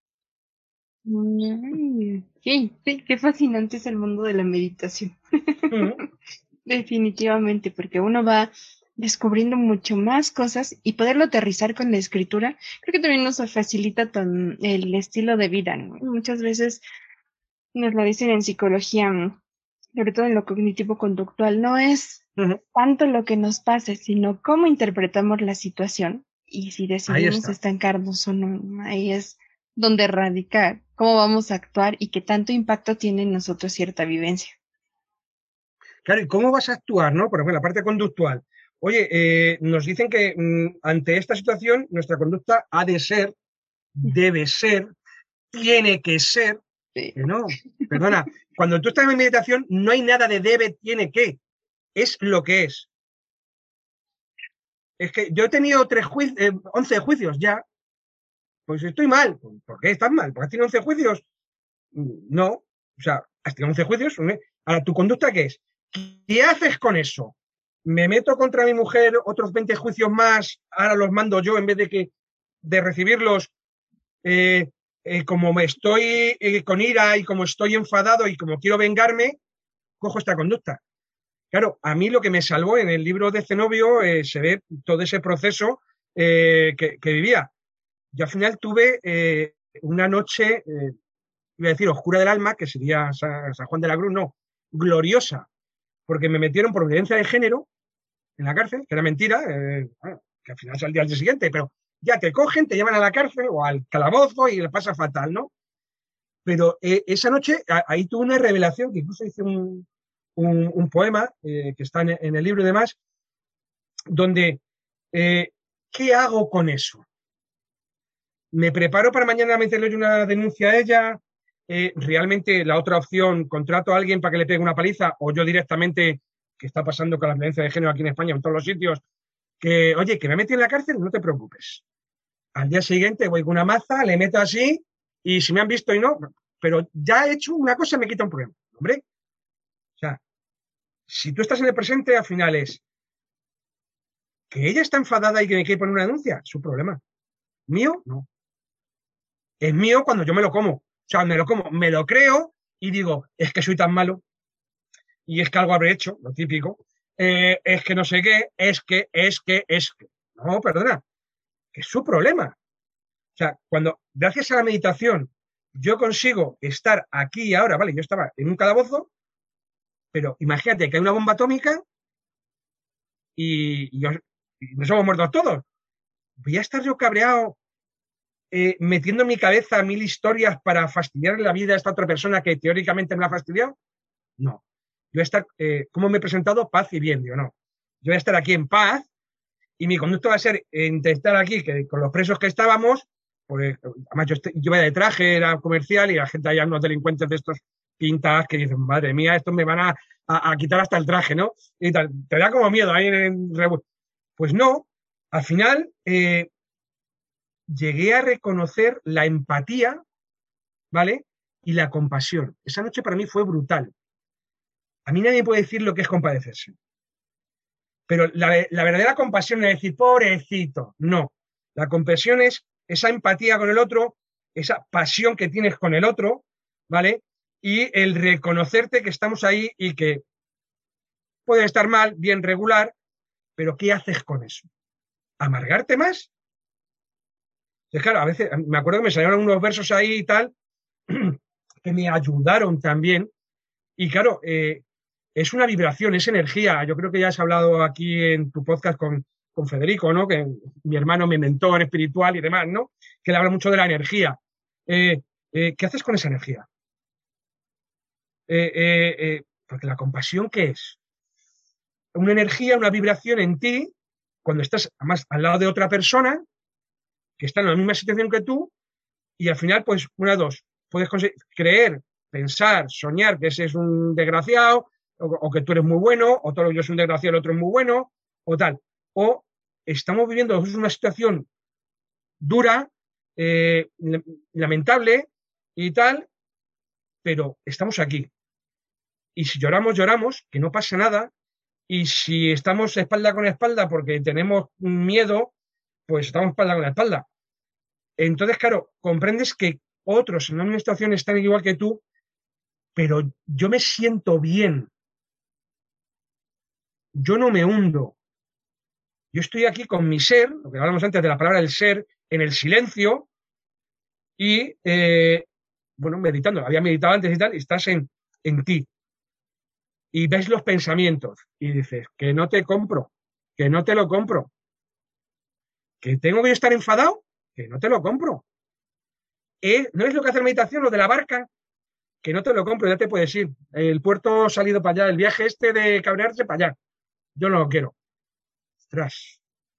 [SPEAKER 1] Sí, sí, qué fascinante es el mundo de la meditación. Uh-huh. Definitivamente, porque uno va descubriendo mucho más cosas y poderlo aterrizar con la escritura, creo que también nos facilita tan el estilo de vida, ¿no? Muchas veces nos lo dicen en psicología, sobre todo en lo cognitivo-conductual, no es uh-huh. tanto lo que nos pase, sino cómo interpretamos la situación y si decidimos estancarnos o no. Ahí es donde radica cómo vamos a actuar y qué tanto impacto tiene en nosotros cierta vivencia.
[SPEAKER 2] Claro, ¿y cómo vas a actuar, no? Por ejemplo, la parte conductual. Oye, eh, nos dicen que mmm, ante esta situación nuestra conducta ha de ser, debe ser, tiene que ser. Sí. Que no, perdona, cuando tú estás en meditación no hay nada de debe, tiene que. Es lo que es. Es que yo he tenido tres juicios, eh, once juicios ya. Pues estoy mal. ¿Por qué estás mal? ¿Por qué has tenido once juicios? No. O sea, has tenido once juicios. Ahora, ¿tu conducta qué es? ¿Qué haces con eso? ¿Me meto contra mi mujer otros veinte juicios más? Ahora los mando yo en vez de que de recibirlos. Eh, eh, como me estoy eh, con ira y como estoy enfadado y como quiero vengarme, cojo esta conducta. Claro, a mí lo que me salvó en el libro de Zenobio eh, se ve todo ese proceso eh, que, que vivía. Yo al final tuve eh, una noche, eh, iba a decir oscura del alma, que sería San, San Juan de la Cruz, no, gloriosa, porque me metieron por violencia de género en la cárcel, que era mentira, eh, bueno, que al final saldría al día siguiente, pero ya te cogen, te llevan a la cárcel o al calabozo y le pasa fatal, ¿no? Pero eh, esa noche ahí tuve una revelación, que incluso hice un, un, un poema eh, que está en, en, el libro y demás, donde, eh, ¿qué hago con eso? ¿Me preparo para mañana meterle una denuncia a ella? Eh, ¿Realmente la otra opción, contrato a alguien para que le pegue una paliza? O yo directamente, que está pasando con la violencia de género aquí en España, en todos los sitios, que, oye, que me metí en la cárcel, no te preocupes. Al día siguiente voy con una maza, le meto así, y si me han visto y no, pero ya he hecho una cosa, me quita un problema. Hombre, o sea, si tú estás en el presente, al final es que ella está enfadada y que me quiere poner una denuncia, su problema. Mío, no. Es mío cuando yo me lo como. O sea, me lo como, me lo creo y digo, es que soy tan malo y es que algo habré hecho, lo típico. Eh, es que no sé qué, es que, es que, es que. No, perdona, que es su problema. O sea, cuando gracias a la meditación, yo consigo estar aquí y ahora, ¿vale? Yo estaba en un calabozo, pero imagínate que hay una bomba atómica y, y, os- y nos hemos muerto todos. Voy a estar yo cabreado, eh, metiendo en mi cabeza mil historias para fastidiarle la vida a esta otra persona que teóricamente me la ha fastidiado. No. Yo voy a estar, eh, ¿cómo me he presentado? Paz y bien, digo, no. Yo voy a estar aquí en paz y mi conducta va a ser intentar aquí, que con los presos que estábamos, pues, además yo, estoy, yo iba de traje, era comercial y la gente allá, unos delincuentes de estos pintas que dicen, madre mía, estos me van a, a, a quitar hasta el traje, ¿no? Y tal, te da como miedo ahí en el... Pues no, al final eh, llegué a reconocer la empatía, ¿vale? Y la compasión. Esa noche para mí fue brutal. A mí nadie puede decir lo que es compadecerse. Pero la, la verdadera compasión es decir, pobrecito, no. La compasión es esa empatía con el otro, esa pasión que tienes con el otro, ¿vale? Y el reconocerte que estamos ahí y que puede estar mal, bien regular, pero ¿qué haces con eso? ¿Amargarte más? Entonces, claro, a veces me acuerdo que me salieron unos versos ahí y tal que me ayudaron también. Y claro, eh, es una vibración, es energía. Yo creo que ya has hablado aquí en tu podcast con, con Federico, ¿no? Que mi hermano, mi mentor espiritual y demás, ¿no? Que le habla mucho de la energía. Eh, eh, ¿Qué haces con esa energía? Eh, eh, eh, porque la compasión, ¿qué es? Una energía, una vibración en ti, cuando estás además al lado de otra persona que está en la misma situación que tú, y al final, pues, una de dos, puedes creer, pensar, soñar que ese es un desgraciado, o, o que tú eres muy bueno, o todo yo soy un desgraciado, el otro es muy bueno, o tal. O estamos viviendo una situación dura, eh, lamentable y tal, pero estamos aquí. Y si lloramos, lloramos, que no pasa nada. Y si estamos espalda con espalda porque tenemos miedo, pues estamos espalda con espalda. Entonces, claro, comprendes que otros en la misma situación están igual que tú, pero yo me siento bien. Yo no me hundo. Yo estoy aquí con mi ser, lo que hablamos antes de la palabra del ser, en el silencio y, eh, bueno, meditando. Había meditado antes y tal, y estás en, en ti. Y ves los pensamientos y dices, que no te compro, que no te lo compro, que tengo que estar enfadado, que no te lo compro. ¿Eh? ¿No es lo que hace la meditación, lo de la barca? Que no te lo compro, ya te puedes ir. El puerto ha salido para allá, el viaje este de cabrearse para allá. Yo no lo quiero. Ostras.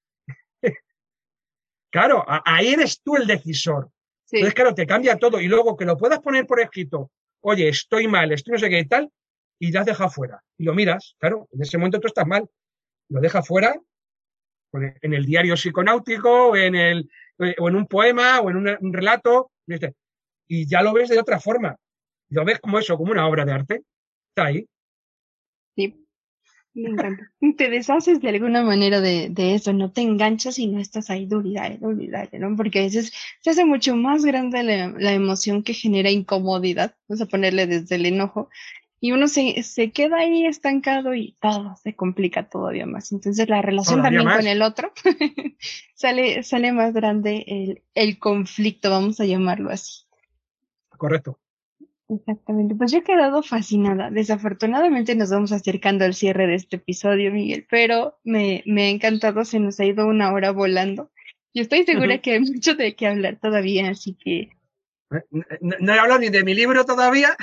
[SPEAKER 2] Claro, a- ahí eres tú el decisor. Entonces,
[SPEAKER 1] Sí,
[SPEAKER 2] claro, te cambia todo. Y luego que lo puedas poner por escrito, oye, estoy mal, estoy no sé qué y tal, y te has dejado fuera. Y lo miras, claro, en ese momento tú estás mal. Lo dejas fuera en el diario psiconáutico, o en, el, o en un poema, o en un, un relato, y ya lo ves de otra forma. Lo ves como eso, como una obra de arte. Está ahí.
[SPEAKER 1] sí. Me encanta. Te deshaces de alguna manera de, de eso, no te enganchas y no estás ahí duro y dale, duro y dale, ¿no? Porque a veces se hace mucho más grande la, la emoción que genera incomodidad, vamos a ponerle desde el enojo, y uno se, se queda ahí estancado y todo se complica todavía más. Entonces la relación
[SPEAKER 2] Todavía
[SPEAKER 1] también con
[SPEAKER 2] más.
[SPEAKER 1] el otro sale, sale más grande el, el conflicto, vamos a llamarlo así.
[SPEAKER 2] Correcto.
[SPEAKER 1] Exactamente, pues yo he quedado fascinada. Desafortunadamente nos vamos acercando al cierre de este episodio, Miguel, pero me, me ha encantado, se nos ha ido una hora volando. Yo estoy segura que hay mucho de qué hablar todavía, así que
[SPEAKER 2] No, no he hablado ni de mi libro todavía.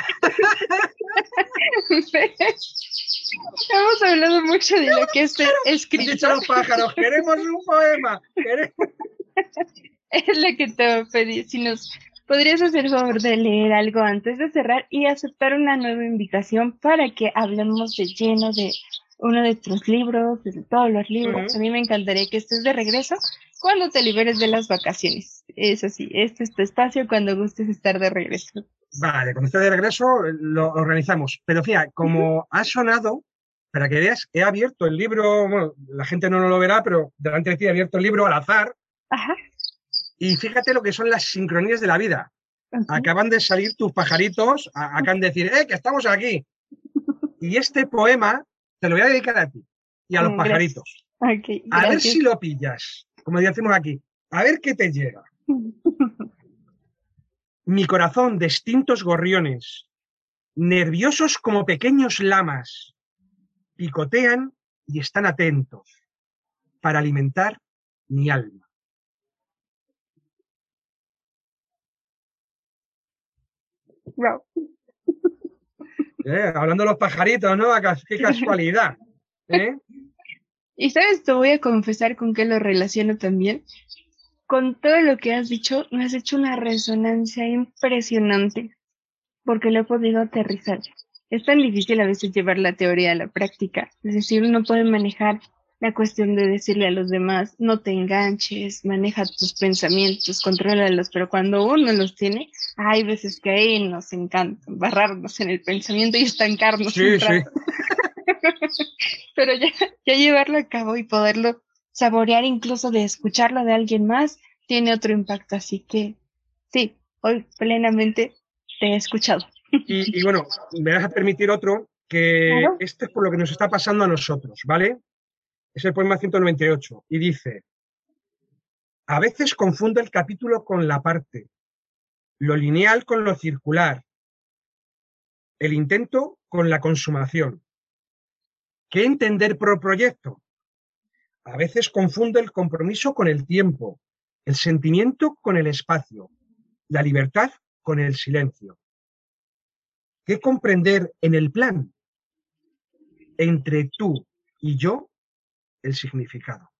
[SPEAKER 1] hemos hablado mucho de lo que es ser
[SPEAKER 2] Han dicho
[SPEAKER 1] escritor,
[SPEAKER 2] los pájaros, queremos un poema. Queremos...
[SPEAKER 1] es lo que te voy a pedir. Si nos podrías hacer el favor de leer algo antes de cerrar y aceptar una nueva invitación para que hablemos de lleno de uno de tus libros, de todos los
[SPEAKER 2] Uh
[SPEAKER 1] libros. A
[SPEAKER 2] -huh.
[SPEAKER 1] mí me encantaría que estés de regreso cuando te liberes de las vacaciones. Eso sí, este es tu espacio cuando gustes estar de regreso.
[SPEAKER 2] Vale, cuando esté de regreso lo organizamos. Pero fíjate,
[SPEAKER 1] Ujú.
[SPEAKER 2] como ha sonado, para que veas, he abierto el libro, bueno, la gente no lo verá, pero delante de ti he abierto el libro al azar.
[SPEAKER 1] Ajá,
[SPEAKER 2] Y fíjate lo que son las sincronías de la vida.
[SPEAKER 1] ok.
[SPEAKER 2] Acaban de salir tus pajaritos, acaban de decir, ¡eh, que estamos aquí! Y este poema te lo voy a dedicar a ti y a los
[SPEAKER 1] Mm, gracias.
[SPEAKER 2] pajaritos.
[SPEAKER 1] Ok,
[SPEAKER 2] A ver
[SPEAKER 1] gracias.
[SPEAKER 2] si lo pillas, como decimos aquí. A ver qué te llega. Mi corazón de extintos gorriones, nerviosos como pequeños lamas, picotean y están atentos para alimentar mi alma.
[SPEAKER 1] Wow.
[SPEAKER 2] Eh, hablando de los pajaritos, ¿no? Qué casualidad. ¿Eh?
[SPEAKER 1] Y sabes, te voy a confesar con qué lo relaciono también. Con todo lo que has dicho, me has hecho una resonancia impresionante, porque lo he podido aterrizar. Es tan difícil a veces llevar la teoría a la práctica. Es decir, uno puede manejar la cuestión de decirle a los demás, no te enganches, maneja tus pensamientos, contrólalos, pero cuando uno los tiene, hay veces que ahí nos encanta barrarnos en el pensamiento y estancarnos
[SPEAKER 2] Sí,
[SPEAKER 1] un
[SPEAKER 2] sí.
[SPEAKER 1] rato. Pero ya, ya llevarlo a cabo y poderlo saborear, incluso de escucharlo de alguien más, tiene otro impacto. Así que sí, hoy plenamente te he escuchado.
[SPEAKER 2] Y, y bueno, me vas a permitir otro, que
[SPEAKER 1] Claro.
[SPEAKER 2] esto es por lo que nos está pasando a nosotros, ¿vale? Es el poema ciento noventa y ocho y dice: a veces confundo el capítulo con la parte, lo lineal con lo circular, el intento con la consumación. ¿Qué entender por proyecto? A veces confundo el compromiso con el tiempo, el sentimiento con el espacio, la libertad con el silencio. ¿Qué comprender en el plan? Entre tú y yo, el significado.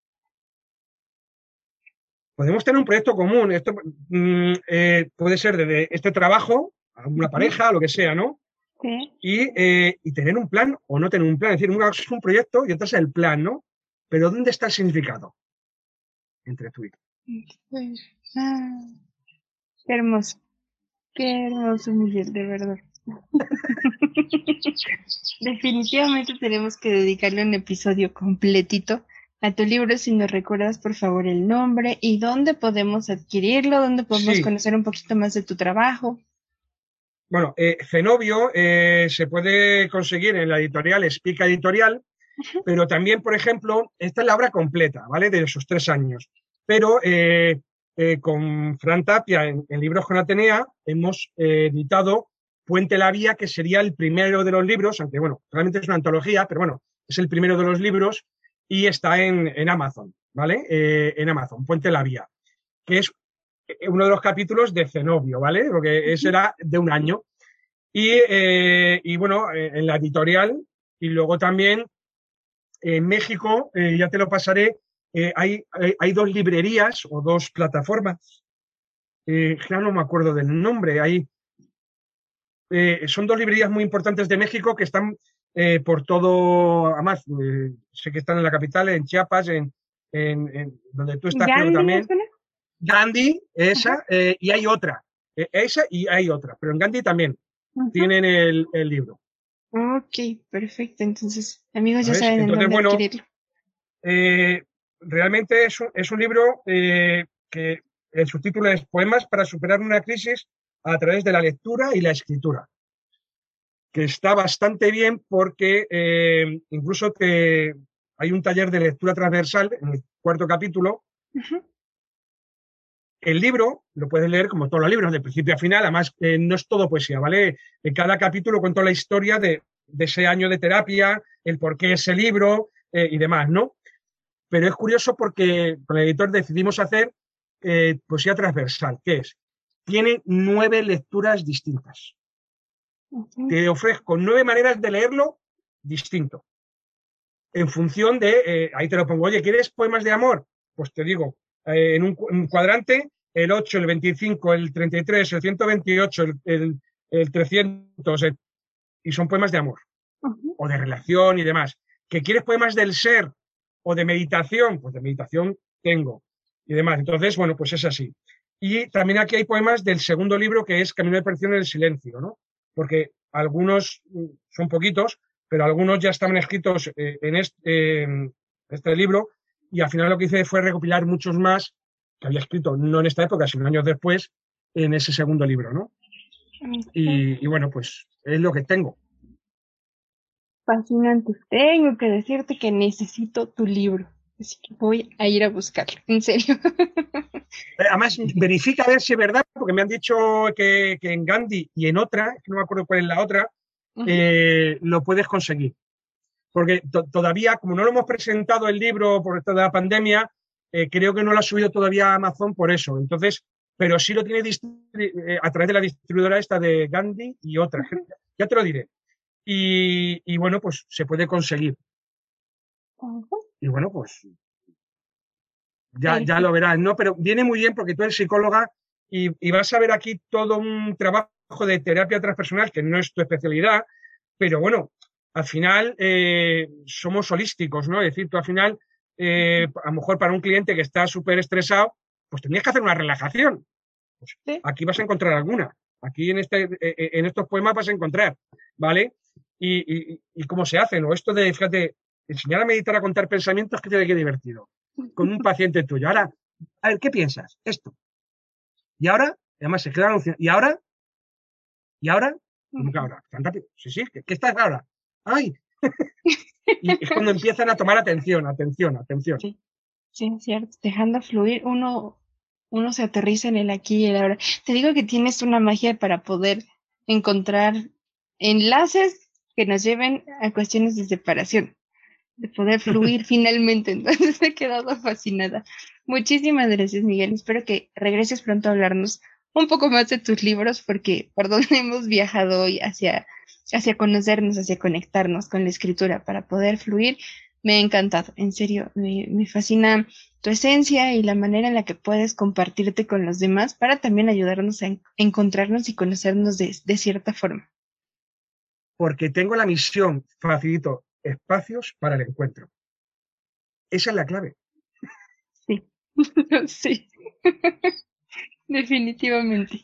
[SPEAKER 2] Podemos tener un proyecto común. Esto mm, eh, puede ser desde este trabajo, a una pareja, lo que sea, ¿no?
[SPEAKER 1] Sí.
[SPEAKER 2] Y, eh, y tener un plan o no tener un plan. Es decir, una es un proyecto y otra es el plan, ¿no? Pero ¿dónde está el significado entre tú y tú?
[SPEAKER 1] Ah, qué hermoso, qué hermoso, Miguel, de verdad. Definitivamente tenemos que dedicarle un episodio completito a tu libro. Si nos recuerdas, por favor, el nombre y dónde podemos adquirirlo, dónde podemos
[SPEAKER 2] Sí,
[SPEAKER 1] conocer un poquito más de tu trabajo.
[SPEAKER 2] bueno, eh, Zenobio eh, se puede conseguir en la editorial Espica Editorial, pero también, por ejemplo, esta es la obra completa, ¿vale? De esos tres años. Pero eh, eh, con Fran Tapia en, en Libros con Atenea hemos eh, editado Puente la Vía, que sería el primero de los libros, aunque bueno, realmente es una antología, pero bueno, es el primero de los libros y está en, en Amazon, ¿vale? Eh, en Amazon, Puente la Vía, que es uno de los capítulos de Zenobio, ¿vale? Porque ese era de un año. Y, eh, y bueno, eh, en la editorial, y luego también en México, eh, ya te lo pasaré, eh, hay, hay, hay, dos librerías o dos plataformas, eh, ya no me acuerdo del nombre, hay, eh, son dos librerías muy importantes de México que están eh, por todo, además, eh, sé que están en la capital, en Chiapas, en, en, en donde tú estás, creo que
[SPEAKER 1] ¿Gandhi me
[SPEAKER 2] también.
[SPEAKER 1] suena?
[SPEAKER 2] Gandhi,
[SPEAKER 1] Ajá.
[SPEAKER 2] esa, eh, y hay otra, eh, esa y hay otra, pero en Gandhi también
[SPEAKER 1] Ajá.
[SPEAKER 2] tienen el, el libro.
[SPEAKER 1] Ok, perfecto. Entonces, amigos ya
[SPEAKER 2] ¿Sabes?
[SPEAKER 1] saben en
[SPEAKER 2] Entonces,
[SPEAKER 1] dónde
[SPEAKER 2] bueno,
[SPEAKER 1] adquirirlo.
[SPEAKER 2] eh, realmente es un, es un libro eh, que el subtítulo es Poemas para superar una crisis a través de la lectura y la escritura, que está bastante bien porque eh, incluso te, hay un taller de lectura transversal en el cuarto capítulo.
[SPEAKER 1] Ajá.
[SPEAKER 2] El libro lo puedes leer como todos los libros, de principio a final, además eh, no es todo poesía, ¿vale? En cada capítulo cuento la historia de, de ese año de terapia, el por qué ese libro eh, y demás, ¿no? Pero es curioso porque con el editor decidimos hacer eh, poesía transversal, que es, tiene nueve lecturas distintas.
[SPEAKER 1] Ajá.
[SPEAKER 2] Te ofrezco nueve maneras de leerlo distinto, en función de, eh, ahí te lo pongo, oye, ¿quieres poemas de amor? Pues te digo, eh, en un, un, cuadrante, el ocho, el veinticinco, el treinta y tres, el ciento veintiocho, el, el, el trescientos, el, y son poemas de amor,
[SPEAKER 1] Ajá.
[SPEAKER 2] o de relación y demás. ¿Que quieres poemas del ser o de meditación? Pues de meditación tengo y demás. Entonces, bueno, pues es así. Y también aquí hay poemas del segundo libro, que es Camino de Perdición en el Silencio, ¿no? Porque algunos son poquitos, pero algunos ya estaban escritos eh, en este, eh, este libro, y al final lo que hice fue recopilar muchos más que había escrito, no en esta época, sino años después, en ese segundo libro, ¿no?
[SPEAKER 1] Okay.
[SPEAKER 2] Y, y bueno, pues es lo que tengo.
[SPEAKER 1] Fascinante. Tengo que decirte que necesito tu libro. Así que voy a ir a buscarlo, en serio.
[SPEAKER 2] Además, verifica a ver si es verdad, porque me han dicho que, que en Gandhi y en otra, que no me acuerdo cuál es la otra,
[SPEAKER 1] Ujú.
[SPEAKER 2] eh, lo puedes conseguir. Porque to todavía, como no lo hemos presentado el libro por toda la pandemia, eh, creo que no lo ha subido todavía a Amazon por eso. Entonces, pero sí lo tiene eh, a través de la distribuidora esta de Gandhi y otra.
[SPEAKER 1] Ujú.
[SPEAKER 2] Ya te lo diré. Y, y bueno, pues se puede conseguir.
[SPEAKER 1] Ujú.
[SPEAKER 2] Y bueno, pues ya, ya lo
[SPEAKER 1] Perfecto.
[SPEAKER 2] verás, ¿no? Pero viene muy bien porque tú eres psicóloga y, y vas a ver aquí todo un trabajo de terapia transpersonal, que no es tu especialidad, pero bueno, al final eh, somos holísticos, ¿no? Es decir, tú al final, eh, a lo mejor para un cliente que está súper estresado, pues tendrías que hacer una relajación. Pues
[SPEAKER 1] Sí.
[SPEAKER 2] aquí vas a encontrar alguna. Aquí en, este, eh, eh, en estos poemas vas a encontrar, ¿vale? Y, y, y cómo se hacen, o esto de, fíjate, enseñar a meditar, a contar pensamientos, que tiene que divertido. Con un paciente tuyo. Ahora, a ver, ¿qué piensas? Esto. Y ahora, además se queda alucinado. ¿Y ahora? ¿Y ahora? ¿Cómo que
[SPEAKER 1] Ujú.
[SPEAKER 2] ahora? ¿Tan rápido? Sí, sí, ¿qué, qué estás ahora? ¡Ay! Y es cuando empiezan a tomar atención, atención, atención.
[SPEAKER 1] Sí, sí, es cierto. Dejando fluir, uno, uno se aterriza en el aquí y el ahora. Te digo que tienes una magia para poder encontrar enlaces que nos lleven a cuestiones de separación, de poder fluir finalmente. Entonces he quedado fascinada. Muchísimas gracias, Miguel. Espero que regreses pronto a hablarnos un poco más de tus libros, porque por donde hemos viajado hoy hacia, hacia conocernos, hacia conectarnos con la escritura para poder fluir, me ha encantado. En serio, me, me fascina tu esencia y la manera en la que puedes compartirte con los demás para también ayudarnos a en- encontrarnos y conocernos de, de cierta forma.
[SPEAKER 2] Porque tengo la misión, facilito espacios para el encuentro. Esa es la clave.
[SPEAKER 1] Sí, sí, definitivamente.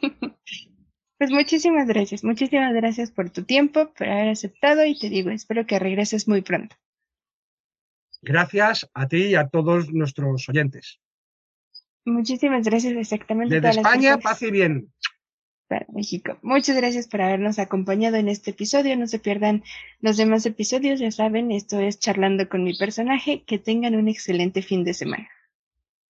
[SPEAKER 1] Pues muchísimas gracias, muchísimas gracias por tu tiempo, por haber aceptado y te digo, espero que regreses muy pronto.
[SPEAKER 2] Gracias a ti y a todos nuestros oyentes.
[SPEAKER 1] Muchísimas gracias exactamente a
[SPEAKER 2] Desde
[SPEAKER 1] todas las
[SPEAKER 2] España, paz
[SPEAKER 1] personas
[SPEAKER 2] y bien.
[SPEAKER 1] para México. Muchas gracias por habernos acompañado en este episodio. No se pierdan los demás episodios, ya saben, esto es Charlando con mi personaje. Que tengan un excelente fin de semana.